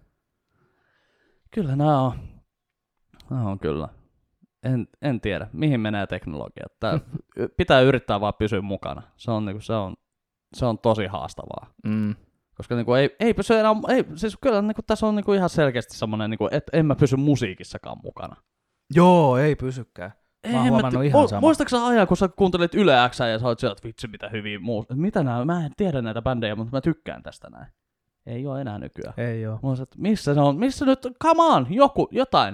Kyllä nää on, nää on kyllä. En, en tiedä, mihin menee teknologia. Tää pitää yrittää vaan pysyä mukana. Se on, niinku, se on, se on tosi haastavaa. Mm. Koska niinku ei, ei pysy enää, ei, siis kyllä niinku tässä on niinku ihan selkeästi semmoinen, niinku, että en mä pysy musiikissakaan mukana. Joo, ei pysykään. Mä oon huomannut ihan sama. Muistatko sä ajan, kun sä kuuntelit Yle X:ää ja sä oot sieltä, että vitsi mitä hyviä muu... Mitä nää, mä en tiedä näitä bändejä, mutta mä tykkään tästä näin. Ei oo enää nykyään. Ei oo. Mä oon, että missä se on, missä nyt, come on, joku, jotain.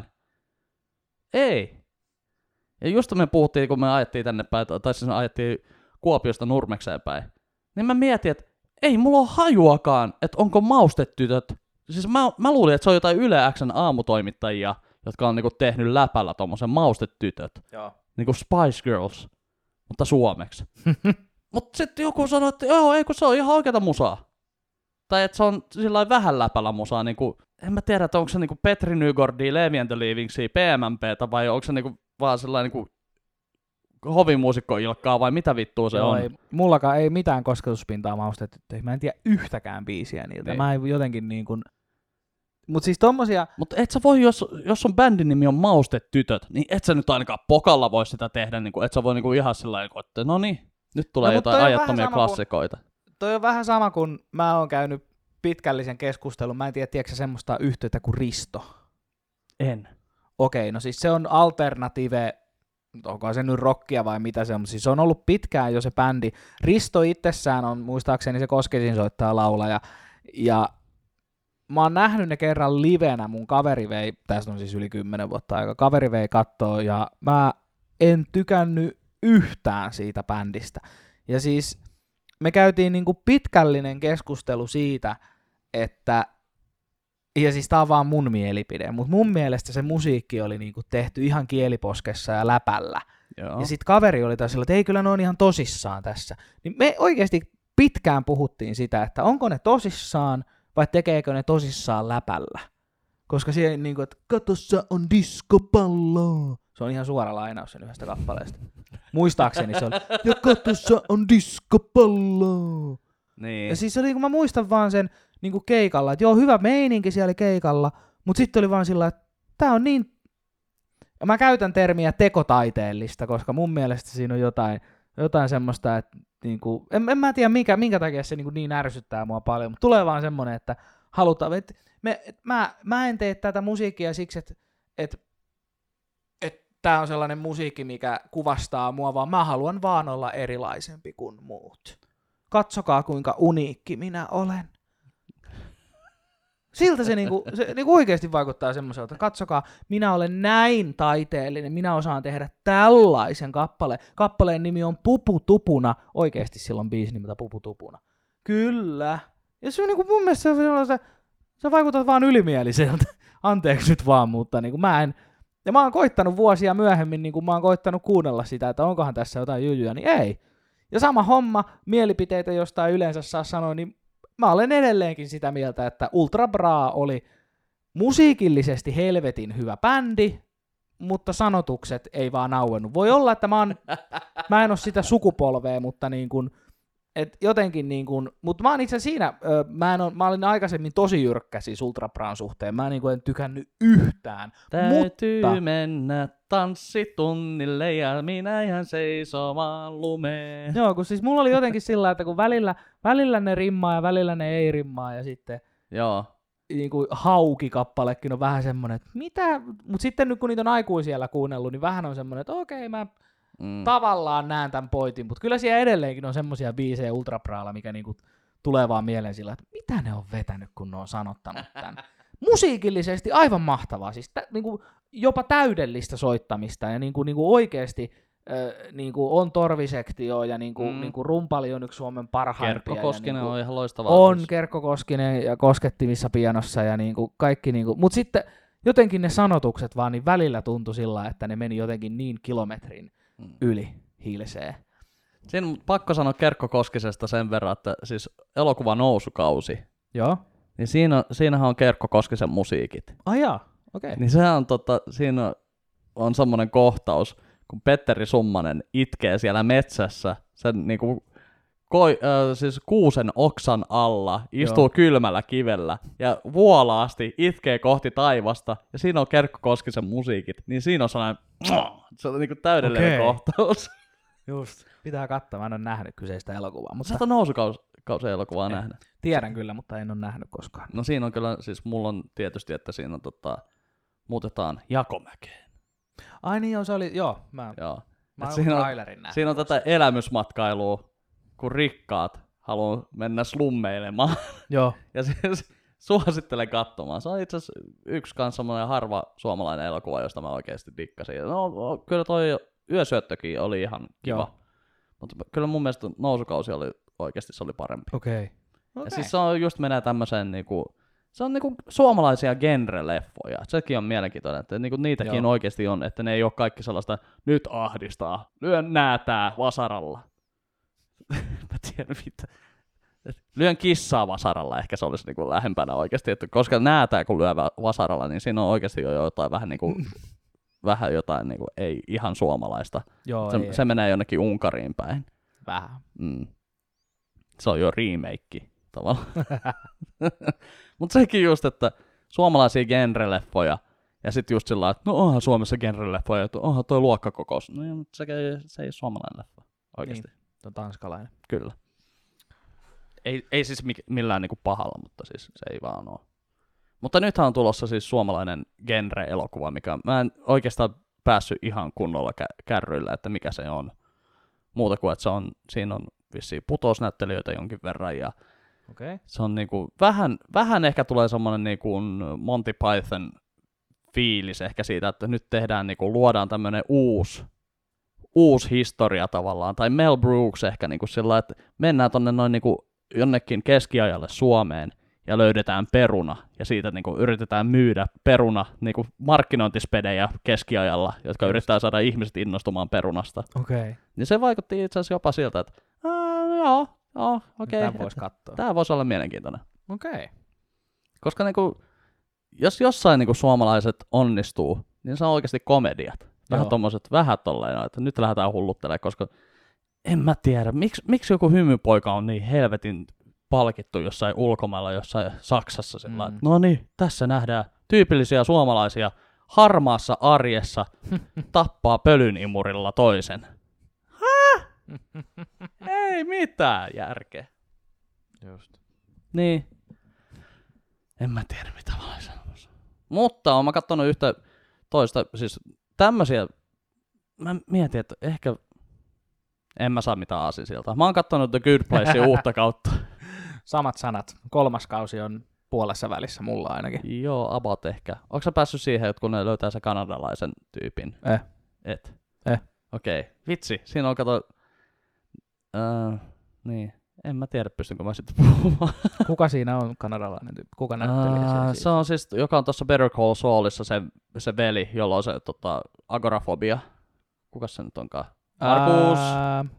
Ei. Ja just me puhuttiin, kun me ajettiin tänne päin, tai siis ajettiin Kuopiosta Nurmekseen päin, niin mä mietin, että ei mulla ole hajuakaan, että onko maustetytöt. Siis mä, mä luulin, että se on jotain Yle X:n aamutoimittajia, jotka on niinku tehnyt läpällä tommosen maustetytöt. Joo. Niinku Spice Girls, mutta suomeksi. Mutta sitten joku sanoi, että joo, ei kun se on ihan oikeata musaa. Tai että se on sillä vähän läpällä musaa, niinku, en mä tiedä, että onko se niinku Petri Nygårdia, Levi and the Leavingsia, P M M P:tä vai onko se niinku vaan sellainen niinku hovimuusikko ilkkaa vai mitä vittua se Joo, on? Ei, mullakaan ei mitään kosketuspintaa maustettu. Mä en tiedä yhtäkään biisiä niiltä. Niin. Mä en jotenkin niin kuin... Mut siis tommosia... Mutta et sä voi, jos, jos on bändin nimi on Maustetytöt, niin et sä nyt ainakaan pokalla voi sitä tehdä, niin kuin, et sä voi niin kuin ihan sillä lailla, että no niin, nyt tulee No, mut toi jotain on ajattomia vähän sama klassikoita. Toi on vähän sama kuin mä oon käynyt pitkällisen keskustelun. Mä en tiedä, tiedätkö sä semmoista yhtiötä kuin Risto? En. Okei, no siis se on alternative, onko se nyt rockia vai mitä se on, mutta siis se on ollut pitkään jo se bändi. Risto itsessään on, muistaakseni se Koskesin soittaa laulaja, ja mä oon nähnyt ne kerran livenä, mun kaveri vei, tästä on siis yli kymmenen vuotta aika, kaveri vei kattoo, ja mä en tykännyt yhtään siitä bändistä. Ja siis me käytiin niinku pitkällinen keskustelu siitä, että ja siis tää on vaan mun mielipide, mutta mun mielestä se musiikki oli niinku tehty ihan kieliposkessa ja läpällä. Joo. Ja sit kaveri oli taas sillä, että ei kyllä ne on ihan tosissaan tässä. Niin me oikeasti pitkään puhuttiin sitä, että onko ne tosissaan vai tekeekö ne tosissaan läpällä. Koska siellä niinku, että katossa on diskopallo. Se on ihan suora lainaus sen yhdestä kappaleesta. Muistaakseni se on, ja katossa on diskopallo. Niin. Ja siis se oli, kun mä muistan vaan sen niin kuin keikalla, että joo, hyvä meininki siellä keikalla, mutta sitten oli vaan sillä, että tää on niin... Ja mä käytän termiä tekotaiteellista, koska mun mielestä siinä on jotain, jotain semmoista, että niin kuin, en, en mä tiedä minkä, minkä takia se niin, kuin niin ärsyttää mua paljon, mutta tulee vaan semmoinen, että halutaan, että me, et mä, mä en tee tätä musiikkia siksi, että et, et tää on sellainen musiikki, mikä kuvastaa mua, vaan mä haluan vaan olla erilaisempi kuin muut. Katsokaa, kuinka uniikki minä olen. Siltä se, niinku, se niinku oikeasti vaikuttaa semmoiselta. Katsokaa, minä olen näin taiteellinen, minä osaan tehdä tällaisen kappaleen. Kappaleen nimi on Pupu Tupuna. Oikeasti silloin biisi nimeltä Pupu Tupuna. Kyllä. Ja se on niinku mun mielestä se, se vaikuttaa vaan ylimieliseltä. Anteeksi nyt vaan, mutta niinku mä en... Ja mä oon koittanut vuosia myöhemmin, niin kun mä oon koittanut kuunnella sitä, että onkohan tässä jotain jyjyä, niin ei. Ja sama homma, mielipiteitä jostain yleensä saa sanoa, niin mä olen edelleenkin sitä mieltä, että Ultra Bra oli musiikillisesti helvetin hyvä bändi, mutta sanotukset ei vaan auennut. Voi olla, että mä, oon, mä en ole sitä sukupolvea, mutta niin kuin, et jotenkin niin kuin, mutta mä oon itse siinä, ö, mä, en ole, mä olin aikaisemmin tosi jyrkkä siis Ultra Bran suhteen, mä niin kuin en tykännyt yhtään. Täytyy mutta... mennä tanssitunnille ja minä ihan seisomaan lumeen. Joo, kun siis mulla oli jotenkin sillä, että kun välillä, välillä ne rimmaa ja välillä ne ei rimmaa ja sitten Joo. niin kuin Hauki-kappalekin on vähän semmoinen, että mitä, mutta sitten nyt kun niitä on aikuisiellä kuunnellut, niin vähän on semmoinen, että okei, mä mm. tavallaan näen tämän pointin, mutta kyllä siellä edelleenkin on semmoisia biisejä Ultra Bralla, mikä niinku tulee vaan mieleen sillä, että mitä ne on vetänyt, kun ne on sanottanut tämän. Musiikillisesti aivan mahtavaa, siis tä, niinku, jopa täydellistä soittamista ja niinku, niinku oikeasti äh, niinku on torvisektio ja niinku, mm. niinku rumpali on yksi Suomen parhaimpia. Kerkko Koskinen niinku, on ihan loistavaa. On Kerkko Koskinen ja koskettimissa pianossa ja niinku kaikki, niinku, mutta sitten jotenkin ne sanotukset vaan niin välillä tuntui sillä, että ne meni jotenkin niin kilometrin mm. yli hiilseen. Siinä on pakko sanoa Kerkko Koskisesta sen verran, että siis elokuva Nousukausi, Joo. niin siinä, siinähän on Kerkko Koskisen musiikit. Ai jaa, okei. Okay. Niin sehän on tota, siinä on semmoinen kohtaus, kun Petteri Summanen itkee siellä metsässä sen niinku koi, äh, siis kuusen oksan alla, istuu Joo. kylmällä kivellä ja vuolaasti itkee kohti taivasta ja siinä on Kerkko Koskisen musiikit, niin siinä on sellainen, se on niinku täydellinen okay. kohtaus. Just. Pitää katsoa, mä en ole nähnyt kyseistä elokuvaa. Mutta... Sä et ole Nousukausi elokuvaa nähnyt. Tiedän kyllä, mutta en ole nähnyt koskaan. No siinä on kyllä, siis mulla on tietysti, että siinä on tota, muutetaan Jakomäkeen. Ai niin joo, se oli, joo. Mä, joo. mä siinä, on, nähnyt. siinä on tätä elämysmatkailua, kun rikkaat haluaa mennä slummeilemaan. Joo. Ja siis suosittelen katsomaan. Se on itse asiassa yksi kans semmoinen harva suomalainen elokuva, josta mä oikeasti dikkasin. No kyllä toi Yösyöttökin oli ihan kiva. Joo. Mutta kyllä mun mielestä Nousukausi oli oikeasti se oli parempi. Okei. Okay. Okay. Ja siis se on just menee tämmöiseen niinku, se on niinku suomalaisia genre-leffoja. Sekin on mielenkiintoinen, että niinku niitäkin Joo. oikeasti on, että ne ei ole kaikki sellaista nyt ahdistaa, lyön näätää vasaralla. Mä tiedän mitä. Lyön kissaa vasaralla, ehkä se olisi niinku lähempänä oikeasti, että koska näätää kun lyö vasaralla, niin siinä on oikeasti jo jotain vähän niinku vähän jotain niin kuin, ei ihan suomalaista. Joo, Se, ei, se menee jonnekin Unkariin päin. vähän. Mm. Se on jo remake tavallaan. Mutta sekin just, että suomalaisia genreleffoja, ja sitten just sillä että no onhan Suomessa genreleffoja, että onhan toi luokkakokous. No mutta se, se ei ole suomalainen leffa oikeasti. Niin, se on tanskalainen. Kyllä. Ei, ei siis millään niinku pahalla, mutta siis se ei vaan ole. Mutta nythän on tulossa siis suomalainen genre-elokuva, mikä mä en oikeastaan päässyt ihan kunnolla kä- kärryillä, että mikä se on. Muuta kuin, että se on, siinä on vissiin putousnäyttelijöitä jonkin verran ja okay. Se on niinku, vähän, vähän ehkä tulee semmoinen niinku Monty Python fiilis ehkä siitä, että nyt tehdään, niinku, luodaan tämmöinen uusi, uusi historia tavallaan, tai Mel Brooks ehkä niinku sillä, että mennään tonne noin niinku jonnekin keskiajalle Suomeen ja löydetään peruna, ja siitä niinku yritetään myydä peruna niinku markkinointispedejä keskiajalla, jotka Just. yrittää saada ihmiset innostumaan perunasta. Okay. Niin se vaikutti itse asiassa jopa siltä, että joo, joo, okei. Okay. Tämä voisi katsoa. Tämä voisi olla mielenkiintoinen. Okei. Okay. Koska niinku, jos jossain niinku suomalaiset onnistuu, niin se on oikeasti komediat. Vähän tommoset, vähän tolleen, että nyt lähdetään hulluttelemaan, koska en mä tiedä, miksi, miksi joku hymypoika on niin helvetin palkittu jossain ulkomailla, jossain Saksassa sillä mm. no niin, tässä nähdään tyypillisiä suomalaisia harmaassa arjessa tappaa pölynimurilla toisen. Häh? Ei mitään järkeä. Just. Niin. En mä tiedä, mitä mä olen sanomassa. Mutta oon mä kattonut yhtä toista, siis tämmösiä, mä mietin, että ehkä en mä saa mitään aasinsiltaa. Mä oon kattonut The Good Placea uutta kautta. Samat sanat. Kolmas kausi on puolessa välissä mulla ainakin. Joo, about ehkä. Onko sä päässyt siihen, että kun ne löytää se kanadalaisen tyypin? Eh. Et? Eh. Okei. Okay. Vitsi, siinä on kato... Uh, niin. En mä tiedä, pystynkö mä sitten puhumaan. Kuka siinä on kanadalainen tyyppi? Kuka näyttelijä uh, siellä siis? Se on siis, joka on tuossa Better Call Saulissa se, se veli, jolla on se tota, agorafobia. Kuka se nyt onkaan? Markus. Uh...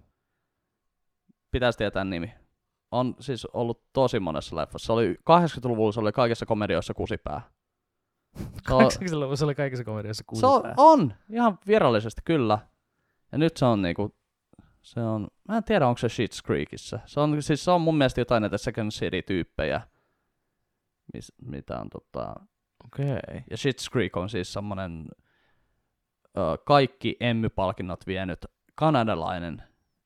Pitäisi tietää nimi. On siis ollut tosi monessa leffassa. Se oli kahdeksankymmentäluvulla, se oli kaikissa komedioissa kusipää. kahdeksankymmentäluvulla se oli kaikissa komedioissa kusipää? Se on, on, ihan virallisesti kyllä. Ja nyt se on niinku, se on, mä en tiedä onko se Schitt's Creekissä. Se on, siis se on mun mielestä jotain näitä Second City-tyyppejä, mis, mitä on tota... Okei. Okay. Ja Schitt's Creek on siis semmonen ö, kaikki Emmy-palkinnot vienyt kanadalainen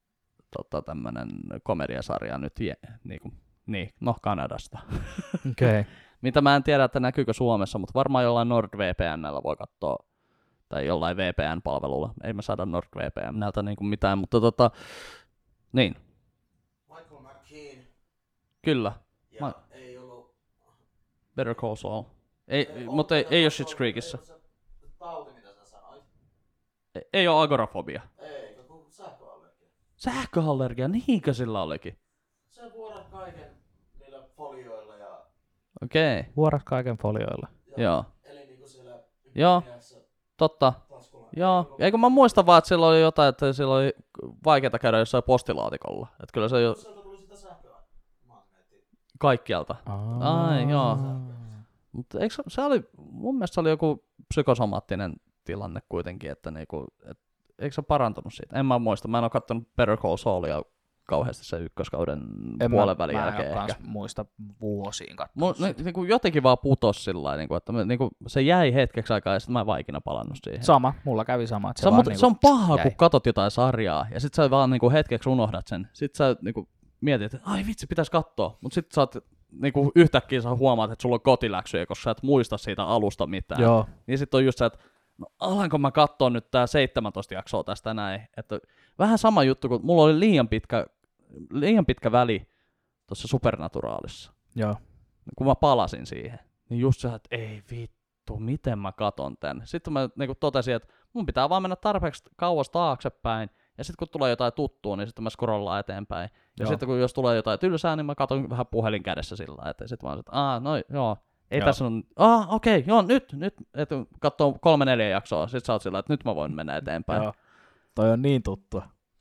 tota, tämmönen komediasarja nyt, je, niinku, niin, no Kanadasta. Okei. Okay. Mitä mä en tiedä, että näkyykö Suomessa, mutta varmaan jollain NordVPN:llä voi katsoa, tai jollain V P N-palvelulla. Ei me saada NordVPN:ltä niinku mitään, mutta tota, niin. Michael McKean. Kyllä. Ja Ma- ei ollut... Better Call Saul. Ei, ei mutta ei, ei ole Schitt's Creekissä. Tauti, mitä sä sanoit. Ei, ei ole agorafobia. Eikö, kun sähköallergia. Sähköallergia, niinkö sillä olikin? Se vuodat kaiken niillä folioilla ja... Okei. Okay. Vuorat kaiken folioilla. ja Joo. Eli niinku siellä... Joo, totta. Taskulla. Joo, eikö mä muistan vaan, että sillä oli jotain, että sillä oli vaikeaa käydä jossain postilaatikolla. Että kyllä se jo... Sieltä tuli sitä sähkömagneettia. Kaikkialta. Aa. Ai, joo. Mutta eikö se, se oli, mun mielestä se oli joku psykosomaattinen tilanne kuitenkin, että niinku, et, eikö se parantunut siitä? En mä muista, mä en ole kattonut Better Call Saulia kauheasti sen ykköskauden en puolen mä, välin mä jälkeen en ehkä. muista vuosiin Mun, katsoa ne, niinku jotenkin vaan putos sillä lailla, niinku, että me, niinku, se jäi hetkeksi aikaa ja sitten mä en vaan ikinä palannut siihen. Sama, mulla kävi sama. Että se, se, on, vaan mut, niinku se on paha, jäi. kun katot jotain sarjaa ja sit sä vaan niinku hetkeksi unohdat sen. Sit sä niinku mietit, että ai vitsi, pitäis katsoa, mut sit sä oot niinku yhtäkkiä sä huomaat, että sulla on kotiläksyjä, koska sä et muista siitä alusta mitään. Joo. Niin sit on just se, että no alanko mä katsoa nyt tää seitsemäntoista jaksoa tästä näin. Että vähän sama juttu, kun mulla oli liian pitkä, liian pitkä väli tuossa Supernaturaalissa. Joo. Kun mä palasin siihen, niin just se, että ei vittu, miten mä katon tän. Sitten mä niinku totesin, että mun pitää vaan mennä tarpeeksi kauas taaksepäin. Ja sitten kun tulee jotain tuttua, niin sitten mä scrollaan eteenpäin. Ja sitten kun jos tulee jotain tylsää, niin mä katon vähän puhelin kädessä sillä lailla. Sitten vaan että aah, no joo, ei joo. Tässä on, aah okei, okay, joo nyt, nyt, että katsoo kolme neljä jaksoa. Sitten sä oot sillä, että nyt mä voin mennä eteenpäin. Joo, toi on niin tuttua.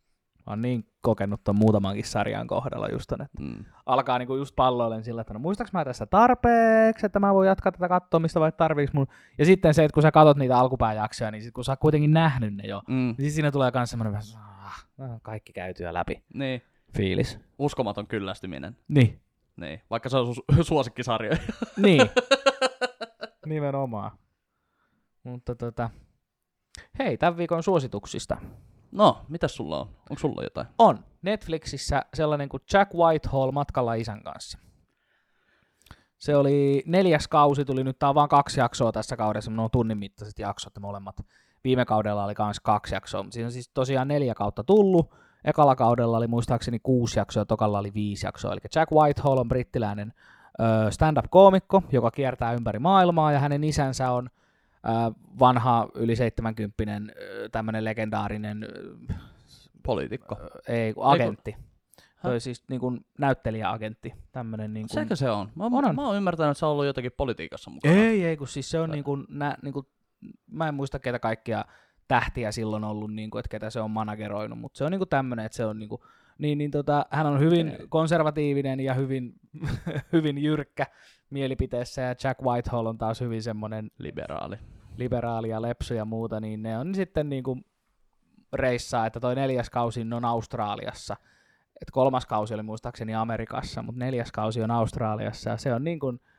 Mä oon niin kokenut ton muutamankin sarjan kohdalla just ton, että Mm. alkaa niinku just palloilen sillä, että no muistaaks mä tässä tarpeeksi, että mä voin jatkaa tätä kattomista vai tarviiks mun. Ja sitten se, että kun sä katot niitä alkupääjaksoja, niin sit kun sä oot kuitenkin nähnyt ne jo, Mm. niin sit siinä tulee kans semmonen vähän, ah, kaikki käytyä läpi Niin. fiilis. Uskomaton kyllästyminen. Niin. Niin. Vaikka se on su- suosikkisarjoja. Niin. Nimenomaan. Mutta tota, hei, tämän viikon suosituksista. No, mitäs sulla on? Onko sulla jotain? On Netflixissä sellainen kuin Jack Whitehall matkalla isän kanssa. Se oli neljäs kausi, tuli nyt, tää on vaan kaksi jaksoa tässä kaudessa, ne on tunnin mittaiset jaksot molemmat. Viime kaudella oli myös kaksi jaksoa, mutta siinä on siis tosiaan neljä kautta tullut. Ekalla kaudella oli muistaakseni kuusi jaksoa, tokalla oli viisi jaksoa. Eli Jack Whitehall on brittiläinen ö, stand-up-koomikko, joka kiertää ympäri maailmaa, ja hänen isänsä on ö, vanha yli seitsemänkymppinen tämmöinen legendaarinen ö, Poliitikko. ei, agentti. Toi siis niin kuin näyttelijäagentti. Tämmönen niin kuin... Sekö se on? Mä, On, on. mä oon ymmärtänyt, että se on ollut jotakin politiikassa mukana. Ei, ei, kun siis se on niin kuin, nä, niin kuin, mä en muista ketä kaikkia tähtiä silloin ollut, niin kuin, että ketä se on manageroinut, mutta se on niin kuin tämmönen, että se on niin kuin, niin, niin tota, hän on hyvin konservatiivinen ja hyvin, hyvin jyrkkä mielipiteessä, ja Jack Whitehall on taas hyvin semmoinen Liberaali. liberaali ja lepsu ja muuta, niin ne on sitten niin kuin reissaa, että toi neljäs kausi on Australiassa. Et kolmas kausi oli muistaakseni Amerikassa, mutta neljäs kausi on Australiassa, ja se on niin kuin,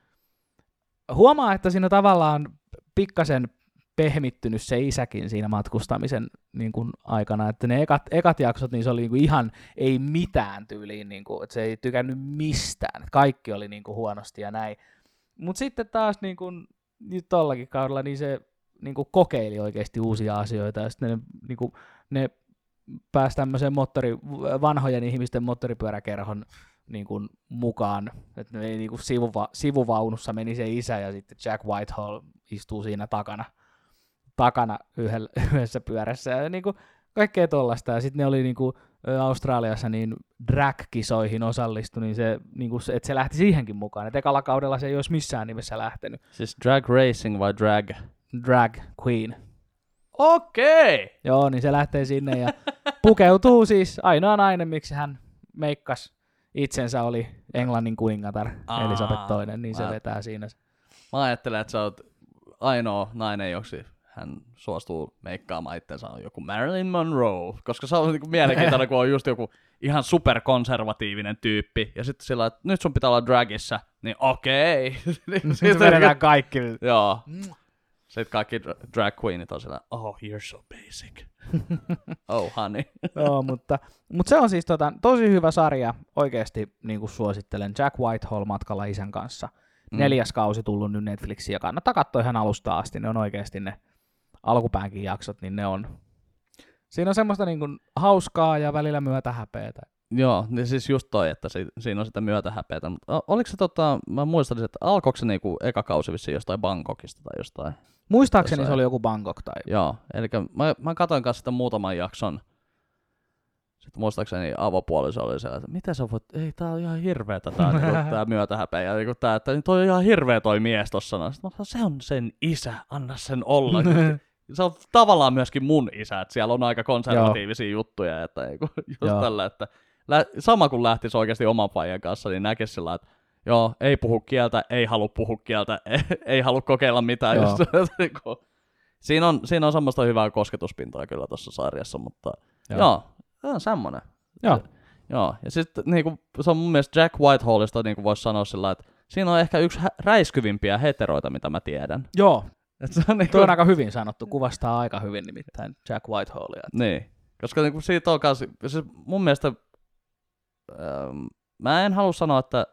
huomaa, että siinä tavallaan pikkasen pehmittynyt se isäkin siinä matkustamisen niin kuin aikana, että ne ekat, ekat jaksot, niin se oli niin kuin ihan ei mitään tyyliin, niin kuin, että se ei tykännyt mistään, että kaikki oli niin kuin huonosti ja näin. Mutta sitten taas niin kuin, nyt tollakin kaudella, niin se niin kuin kokeili oikeasti uusia asioita, ja sitten ne, niin kuin, ne pääsi tämmöiseen moottori, vanhojen ihmisten moottoripyöräkerhon niin kuin mukaan, että ne niin kuin sivuva, sivuvaunussa meni se isä ja sitten Jack Whitehall istuu siinä takana, takana yhdellä, yhdessä pyörässä ja niin kuin kaikkea tollaista. Ja sitten ne oli niin kuin Australiassa niin drag-kisoihin osallistui, niin se, niin kuin, että se lähti siihenkin mukaan. Et ekalla kaudella se ei olisi missään nimessä lähtenyt. Siis drag racing vai drag? Drag queen. Okei! Okay. Joo, niin se lähtee sinne ja pukeutuu siis, ainoa nainen, miksi hän meikkasi itsensä oli Englannin kuningatar Aa, Elisabeth toinen, niin se mä- vetää siinä. Mä ajattelen, että sä oot ainoa nainen, joksi hän suostuu meikkaamaan itsensä, on joku Marilyn Monroe, koska se on niinku mielenkiintoinen, kun on just joku ihan superkonservatiivinen tyyppi, ja sitten sillä, että nyt sun pitää olla dragissa, niin okei. Okay. Sitten vedetään kaikki. Joo. Sitten kaikki dra- drag queenit on sillä, oh, you're so basic. Oh, honey. Joo, mutta, mutta se on siis tota, tosi hyvä sarja, oikeasti niin kuin suosittelen. Jack Whitehall matkalla isän kanssa. Mm. Neljäs kausi tullut nyt Netflixiin ja kannattaa katsoa ihan alusta asti. Ne on oikeasti ne alkupäänkin jaksot, niin ne on. Siinä on semmoista niin kuin hauskaa ja välillä myötähäpeetä. Joo, niin siis just toi, että si- siinä on sitä myötähäpeätä. Mutta o- oliko se tota, mä muistelin, että alkoiko se niinku eka kausi vissiin jostain Bangkokista tai jostain? Muistaakseni Jossain. se oli joku Bangkok tai... Joo, eli mä, mä katsoin kanssa sitä muutaman jakson. Sitten muistaakseni avopuoliso oli siellä, että mitä sä voit, ei tää on ihan hirveetä tää, niinku, tää myötähäpeä. Ja niinku tää, että toi on ihan hirveä toi mies tossa. No. Sitten mä sanoin, se on sen isä, anna sen olla. Se on tavallaan myöskin mun isä, että siellä on aika konservatiivisia Joo. juttuja. Että niinku, just Joo. tällä, että lä- sama kun lähtisi oikeasti oman faijan kanssa, niin näkisi sillä, että joo, ei puhu kieltä, ei halua puhua kieltä, ei, ei halua kokeilla mitään. Joo. Just, niinku, siinä, on, siinä on semmoista hyvää kosketuspintaa kyllä tuossa sarjassa, mutta Joo. joo, se on semmoinen. Joo. Se, joo, ja sitten niinku, se on mun mielestä Jack Whitehallista niinku voisi sanoa sillä, että siinä on ehkä yksi hä- räiskyvimpiä heteroita, mitä mä tiedän. Joo, Et se on niinku, tuo on aika hyvin sanottu, kuvastaa aika hyvin nimittäin Jack Whitehallia. niin, koska niinku siitä on kans, siis mun mielestä, ähm, mä en halua sanoa, että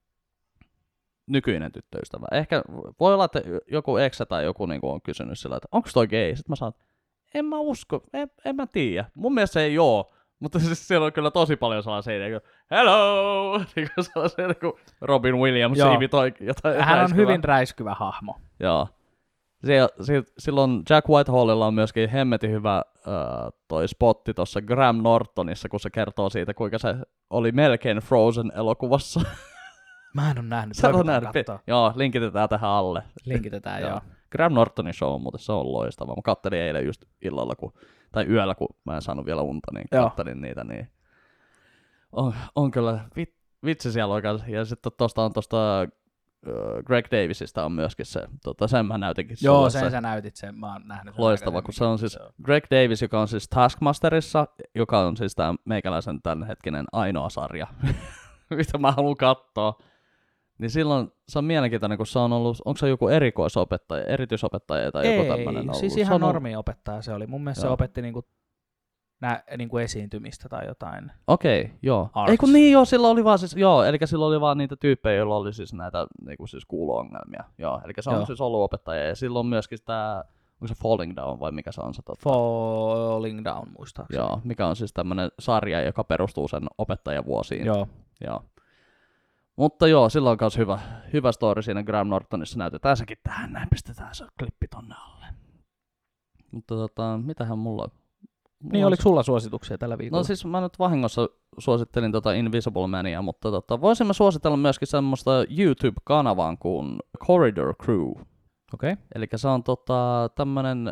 nykyinen tyttöystävä. Ehkä voi olla, että joku eksä tai joku niinku on kysynyt sillä, että onko toi gay? Sitten mä sanon, en mä usko, en, en mä tiedä. Mun mielestä se ei oo, mutta siis siellä on kyllä tosi paljon sellaisia, niin kuin, hello! Niin kuin sellaisia, niin kuin Robin Williams Joo. imitoi jotain. Hän on räiskyvää. hyvin räiskyvä hahmo. Joo. Sie, si, silloin Jack Whitehallilla on myöskin hemmetin hyvä äh, toi spotti tuossa Graham Nortonissa, kun se kertoo siitä, kuinka se oli melkein Frozen-elokuvassa. Mä en ole nähnyt. Sä Toi on pitää nähnyt. katsoa. Joo, linkitetään tähän alle. Linkitetään, joo. Graham Nortonin show on muuten, se on loistava. Mä kattelin eilen just illalla, kun tai yöllä, kun mä en saanut vielä unta, niin Joo. kattelin niitä, niin on, on kyllä vit, vitsi siellä oikein. Ja sitten tosta on tosta uh, Greg Davisista on myöskin se, tota, sen mä näytinkin Joo, sulle sen se. sä näytit sen, mä oon nähnyt sen Loistava, kun se on siis aikaisemminkin. Greg Davis, joka on siis Taskmasterissa, joka on siis tämä meikäläisen tämänhetkinen ainoa sarja, mitä mä haluan katsoa. Niin silloin se on mielenkiintoinen, kun se on ollut, onko se joku erikoisopettaja, erityisopettaja tai joku tämmöinen Ei, ollut? siis Se ihan on ollut- normiopettaja se oli. Mun mielestä Joo. se opetti niinku, nä, niinku esiintymistä tai jotain. Okei, okay, joo. Arts. Ei kun niin joo, silloin oli vaan siis, joo, eli silloin oli vaan niitä tyyppejä, joilla oli siis näitä niinku siis kuulo-ongelmia. Joo, eli se on Joo. siis ollut opettaja ja silloin myöskin tää, onko se Falling Down vai mikä se on se totta? Falling Down muistaakseni. Joo, mikä on siis tämmönen sarja, joka perustuu sen opettajavuosiin. Joo. Joo. Mutta joo, sillä on myös hyvä, hyvä story siinä Graham Nortonissa. Näytetään sekin tähän, näin pistetään se klippi tonne alle. Mutta tota, mitähän mulla... mulla Niin, on oliko se- sulla suosituksia tällä viikolla? No siis mä nyt vahingossa suosittelin tota Invisible Mania, mutta tota, voisimme suositella myöskin semmoista YouTube-kanavaa kuin Corridor Crew. Okei. Okay. Eli se on tota, tämmönen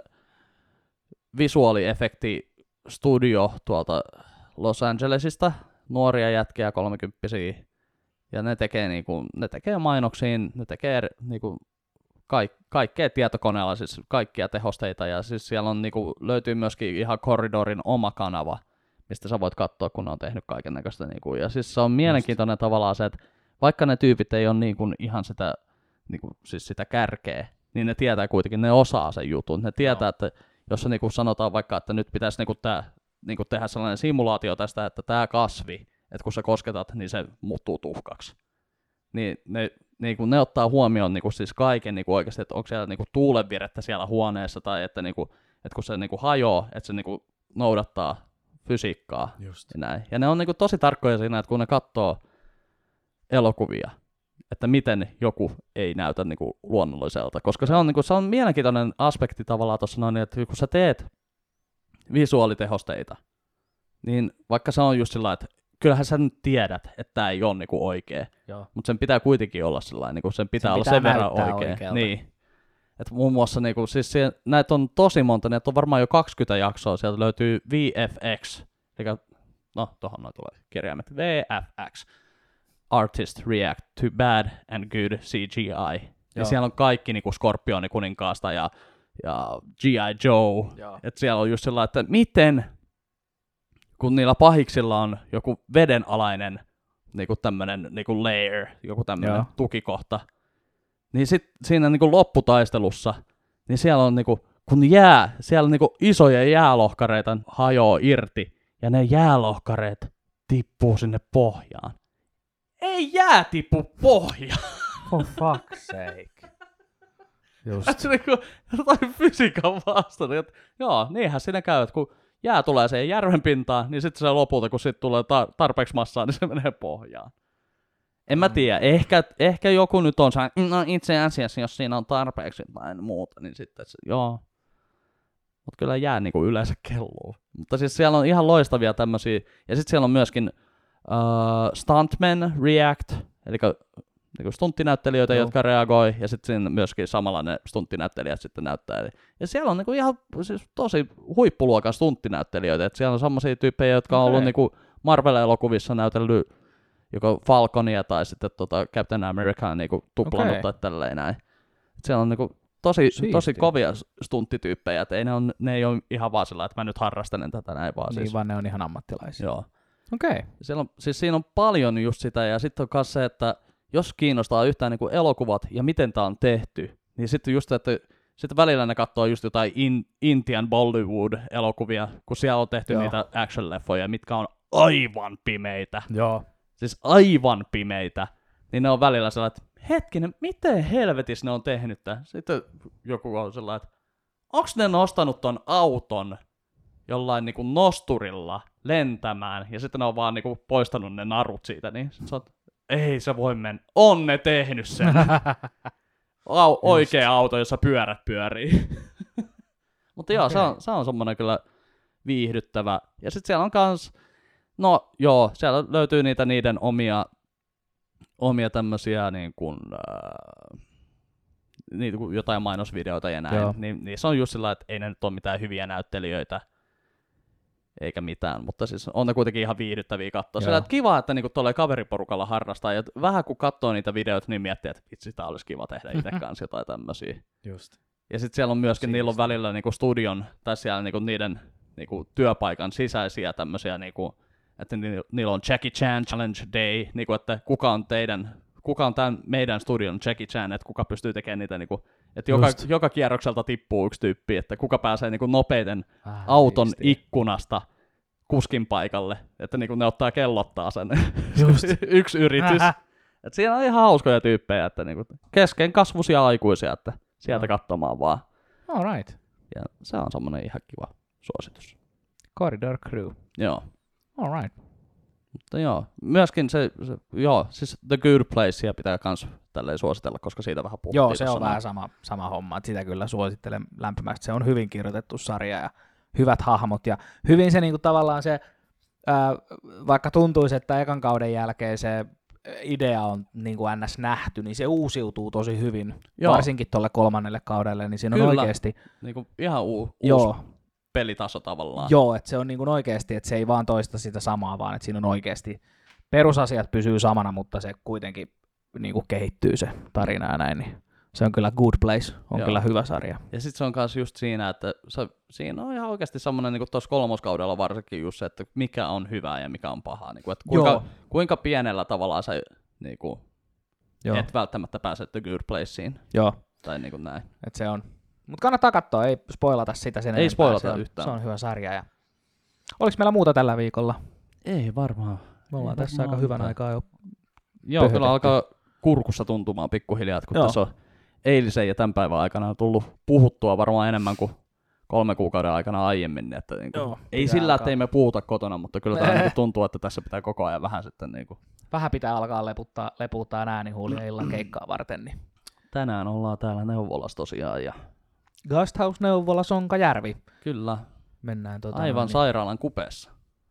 visuaaliefekti studio tuolta Los Angelesista. Nuoria jätkiä, kolmekymppisiä. Ja ne tekee, niinku, ne tekee mainoksiin, ne tekee niinku, kaik, kaikkea tietokoneella, siis kaikkia tehosteita. Ja siis siellä on, niinku, löytyy myöskin ihan Corridorin oma kanava, mistä sä voit katsoa, kun ne on tehnyt kaiken näköistä. Niinku. Ja siis se on mielenkiintoinen Just. tavallaan se, että vaikka ne tyypit ei ole niinku, ihan sitä, niinku, siis sitä kärkeä, niin ne tietää kuitenkin, ne osaa sen jutun. Ne tietää, no. että jos se niinku, sanotaan vaikka, että nyt pitäisi niinku, tää, niinku, tehdä sellainen simulaatio tästä, että tämä kasvi, että kun sä kosketat, niin se muuttuu tuhkaksi. Niin ne, niinku, ne ottaa huomioon niinku, siis kaiken niinku, oikeasti, että onko siellä niinku, tuulenvirettä siellä huoneessa, tai että, niinku, että kun se niinku, hajoaa, että se niinku, noudattaa fysiikkaa. Just. Ja, näin. Ja ne on niinku, tosi tarkkoja siinä, että kun ne katsoo elokuvia, että miten joku ei näytä niinku, luonnolliselta. Koska se on, niinku, se on mielenkiintoinen aspekti tavallaan tuossa noin, että kun sä teet visuaalitehosteita, niin vaikka se on just sillä että kyllähän sä nyt tiedät, että tää ei ole niinku oikee, mutta sen pitää kuitenkin olla sellainen, niinku sen pitää Sen olla pitää sen verran näyttää oikee. oikealta. Niin. Et muun muassa niinku, siis siihen, näitä on tosi monta, näitä on varmaan jo kaksikymmentä jaksoa, sieltä löytyy V F X, eli no tohon noin tulee kirjaimet, V F X, Artist React to Bad and Good C G I. Ja Joo. siellä on kaikki niinku Skorpionikuninkaasta ja, ja G I Joe, Joo. että siellä on just sellainen, että miten kun niillä pahiksilla on joku vedenalainen niinku tämmönen niinku layer, joku tämmönen Joo. tukikohta, niin sit siinä niinku lopputaistelussa, niin siellä on niinku, kun jää, siellä niinku isoja jäälohkareita hajoaa irti, ja ne jäälohkareet tippuu sinne pohjaan. Ei jää tippu pohjaan! For fuck's sake. Just. Se on niinku jotain fysiikan vastainen, että joo, niinhän siinä käy, että kun jää tulee siihen järven pintaan, niin sitten se lopulta, kun sit tulee tar- tarpeeksi massaa, niin se menee pohjaan. En mä tiedä, ehkä, ehkä joku nyt on saa, no itse asiassa, jos siinä on tarpeeksi jotain muuta, niin sitten se, joo. Mutta kyllä jää niinku yleensä kelluu. Mutta siis siellä on ihan loistavia tämmösiä, ja sitten siellä on myöskin uh, Stuntmen React, eli niinku stunttinäyttelijöitä, Joo. jotka reagoi, ja sitten siinä myöskin samalla ne stunttinäyttelijät sitten näyttää. Ja siellä on niinku ihan siis tosi huippuluokan stunttinäyttelijöitä, että siellä on semmoisia tyyppejä, jotka on Okei. ollut niinku Marvel-elokuvissa näytellyt joko Falconia tai sitten tota Captain Americaa niinku tuplannut Okei. tai tälleen näin. Et siellä on niinku tosi, Siistiä. tosi kovia stunttityyppejä, että ei ne, on, ne ei ole ihan vaan sillä, että mä nyt harrastelen tätä näin vaan. Niin, Siis. vaan ne on ihan ammattilaisia. Joo. Okei. Okay. Siellä on, siis siinä on paljon just sitä, ja sitten on myös se, että jos kiinnostaa yhtään niin kuin elokuvat ja miten tämä on tehty, niin sitten just, että sitten välillä ne katsoo just jotain in, Intian Bollywood-elokuvia, kun siellä on tehty Joo. niitä action-leffoja, mitkä on aivan pimeitä. Joo. Siis aivan pimeitä. Niin ne on välillä sellainen, että hetkinen, miten helvetissä ne on tehnyt tämän? Sitten joku on sellainen, että onks ne nostanut ton auton jollain niinku nosturilla lentämään, ja sitten ne on vaan niinku poistanut ne narut siitä, niin sit sä oot, ei se voi mennä, on ne tehnyt sen. Au, oikea auto, jossa pyörät pyörii. Mutta joo, Okei. se on, se on semmonen kyllä viihdyttävä. Ja sitten siellä on kans, no joo, siellä löytyy niitä niiden omia, omia tämmösiä niin kuin, äh, niitä, kun jotain mainosvideoita ja näin. Joo. Niin, niin se on just sillä, että ei ne nyt ole mitään hyviä näyttelijöitä. eikä mitään, mutta siis on ne kuitenkin ihan viihdyttäviä katsoa. Joo. Sillä, että kiva, että niinku tuolla kaveriporukalla harrastaa, ja vähän kun katsoo niitä videoita, niin miettii, että vitsi, tää olisi kiva tehdä itse kanssa jotain tämmöisiä. Just. Ja sitten siellä on myöskin, Siisti. niillä on välillä niinku studion, tai siellä niinku niiden niinku työpaikan sisäisiä tämmöisiä, niinku, että ni- niillä on Jackie Chan Challenge Day, niinku, että kuka on teidän, kuka on tämän meidän studion Jackie Chan, että kuka pystyy tekemään niitä, niinku, että joka, joka kierrokselta tippuu yksi tyyppi, että kuka pääsee niinku nopeiten Ah, auton siistiä. ikkunasta kuskin paikalle, että niinku ne ottaa kellottaa sen Just. yksi yritys. Et siinä on ihan hauskoja tyyppejä, että niinku kesken kasvuisia aikuisia, että sieltä No. katsomaan vaan. All right. Ja se on semmoinen ihan kiva suositus. Corridor Crew. Joo. All right. Mutta joo, myöskin se, se joo, siis The Good Placea pitää kans tälleen suositella, koska siitä vähän puhuttiin. Joo, se on tuossa vähän noin. sama, sama homma. Että sitä kyllä suosittelen lämpimästi. Se on hyvin kirjoitettu sarja ja hyvät hahmot. Ja hyvin se niinku tavallaan se, ää, vaikka tuntuisi, että ekan kauden jälkeen se idea on niin kuin ns. Nähty, niin se uusiutuu tosi hyvin. Joo. Varsinkin tuolle kolmannelle kaudelle, niin siinä on Kyllä. oikeasti... Niinku ihan u- Joo. uusi pelitaso tavallaan. Joo, että se on niin kuin oikeasti, että se ei vaan toista sitä samaa, vaan että siinä on oikeasti perusasiat pysyy samana, mutta se kuitenkin niin kuin kehittyy se tarina ja näin, niin se on kyllä Good Place, on Joo. kyllä hyvä sarja. Ja sitten se on myös just siinä, että se, siinä on ihan oikeasti semmoinen, niin kuin tuossa kolmoskaudella varsinkin just se, että mikä on hyvää ja mikä on pahaa. Niin kuin, että kuinka, Joo. kuinka pienellä tavalla sä niin kuin, Joo, et välttämättä pääse The Good Placeen. joo, Tai niin kuin näin. että se on. Mutta kannattaa katsoa, ei spoilata sitä sen Ei enempää. spoilata se on, yhtään. Se on hyvä sarja. Ja... Oliko meillä muuta tällä viikolla? Ei varmaan. Me ollaan Ei tässä varmaan aika hyvän mitään. aikaa jo. Joo, pöhötetty. kyllä alkaa kurkussa tuntumaan pikkuhiljaa, että kun Joo. tässä on eilisen ja tämän päivän aikana on tullut puhuttua varmaan enemmän kuin kolme kuukauden aikana aiemmin. Niin että niin kuin, Joo, ei pitää sillä, alkaa. että ei me puhuta kotona, mutta kyllä tämä niin kuin tuntuu, että tässä pitää koko ajan vähän sitten niin kuin... Vähän pitää alkaa leputtaa, leputtaa äänihuulia illan keikkaa varten. Niin. Tänään ollaan täällä neuvolassa tosiaan ja Gasthaus-neuvola Sonkajärvi. kyllä Mennään tota aivan noin, sairaalan kupeessa.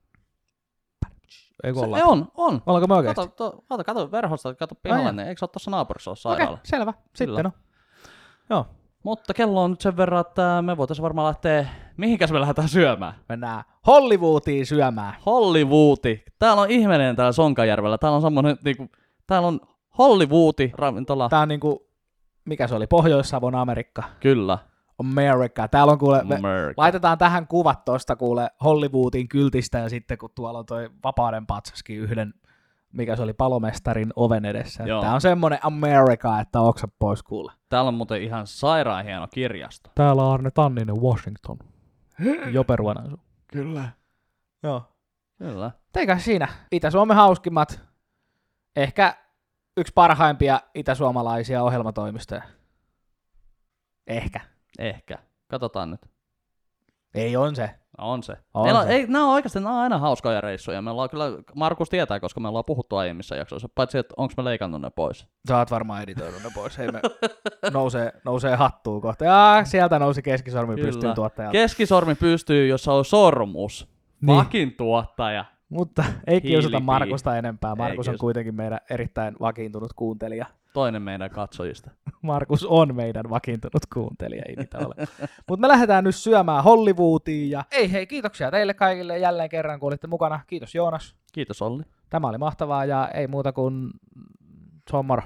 Eikö Se, olla? on, on. Ollaanko me oikeesti? Kato, to, kato, kato verhosta, kato pihalle, jaa. niin eikö se ole tuossa naapurissa ole Okei, sairaala? selvä. Sitten Kyllä. no. Joo, Mutta kello on nyt sen verran, että me voitaisiin varmaan lähteä, mihinkäs me lähdetään syömään? mennään Hollywoodiin syömään. Hollywoodi. Täällä on ihmeellinen täällä Sonkajärvellä. Täällä on semmoinen, niinku, täällä on Hollywoodi ravintola. Tää on niinku, mikä se oli, Pohjois-Savon Amerikka. Kyllä. America. Täällä on kuule, me America. laitetaan tähän kuvat tosta kuule Hollywoodin kyltistä ja sitten kun tuolla on toi Vapauden patsaskin yhden, mikä se oli, palomestarin oven edessä. Joo. Tää on semmonen America, että oksa pois kuule. Täällä on muuten ihan sairaan hieno kirjasto. Täällä on Arne Tanninen Washington. Jope Ruonansu. Kyllä. Joo. Kyllä. Teikä siinä Itä-Suomen hauskimmat, ehkä yksi parhaimpia itäsuomalaisia ohjelmatoimistoja. Ehkä. Ehkä. Katsotaan nyt. Ei on se. No on se. On Meillä on, se. ei, nämä on oikeasti nämä on aina hauskoja reissuja. Me ollaan kyllä, Markus tietää, koska me ollaan puhuttu aiemmissa jaksoissa, paitsi että onko me leikannut ne pois. Sä oot varmaan editoinut ne pois. Hei, me nousee, nousee hattuun kohta. Jaa, sieltä nousi keskisormi Kyllä. pystyyn tuottajalta. Keskisormi pystyy, jossa on sormus. Niin. Vakin tuottaja. Mutta ei kiusata Hiilipii. Markusta enempää. Markus on kiusata. kuitenkin meidän erittäin vakiintunut kuuntelija. Toinen meidän katsojista. Markus on meidän vakiintunut kuuntelija, ei niitä ole. Mutta me lähdetään nyt syömään Hollywoodiin. Ja... Ei hei, kiitoksia teille kaikille jälleen kerran, kun olitte mukana. Kiitos Joonas. Kiitos Olli. Tämä oli mahtavaa ja ei muuta kuin se on moro.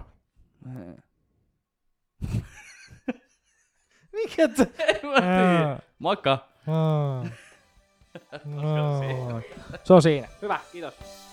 Mikä te? Ei mä tiedä. Moikka. Se on siinä. Hyvä, kiitos.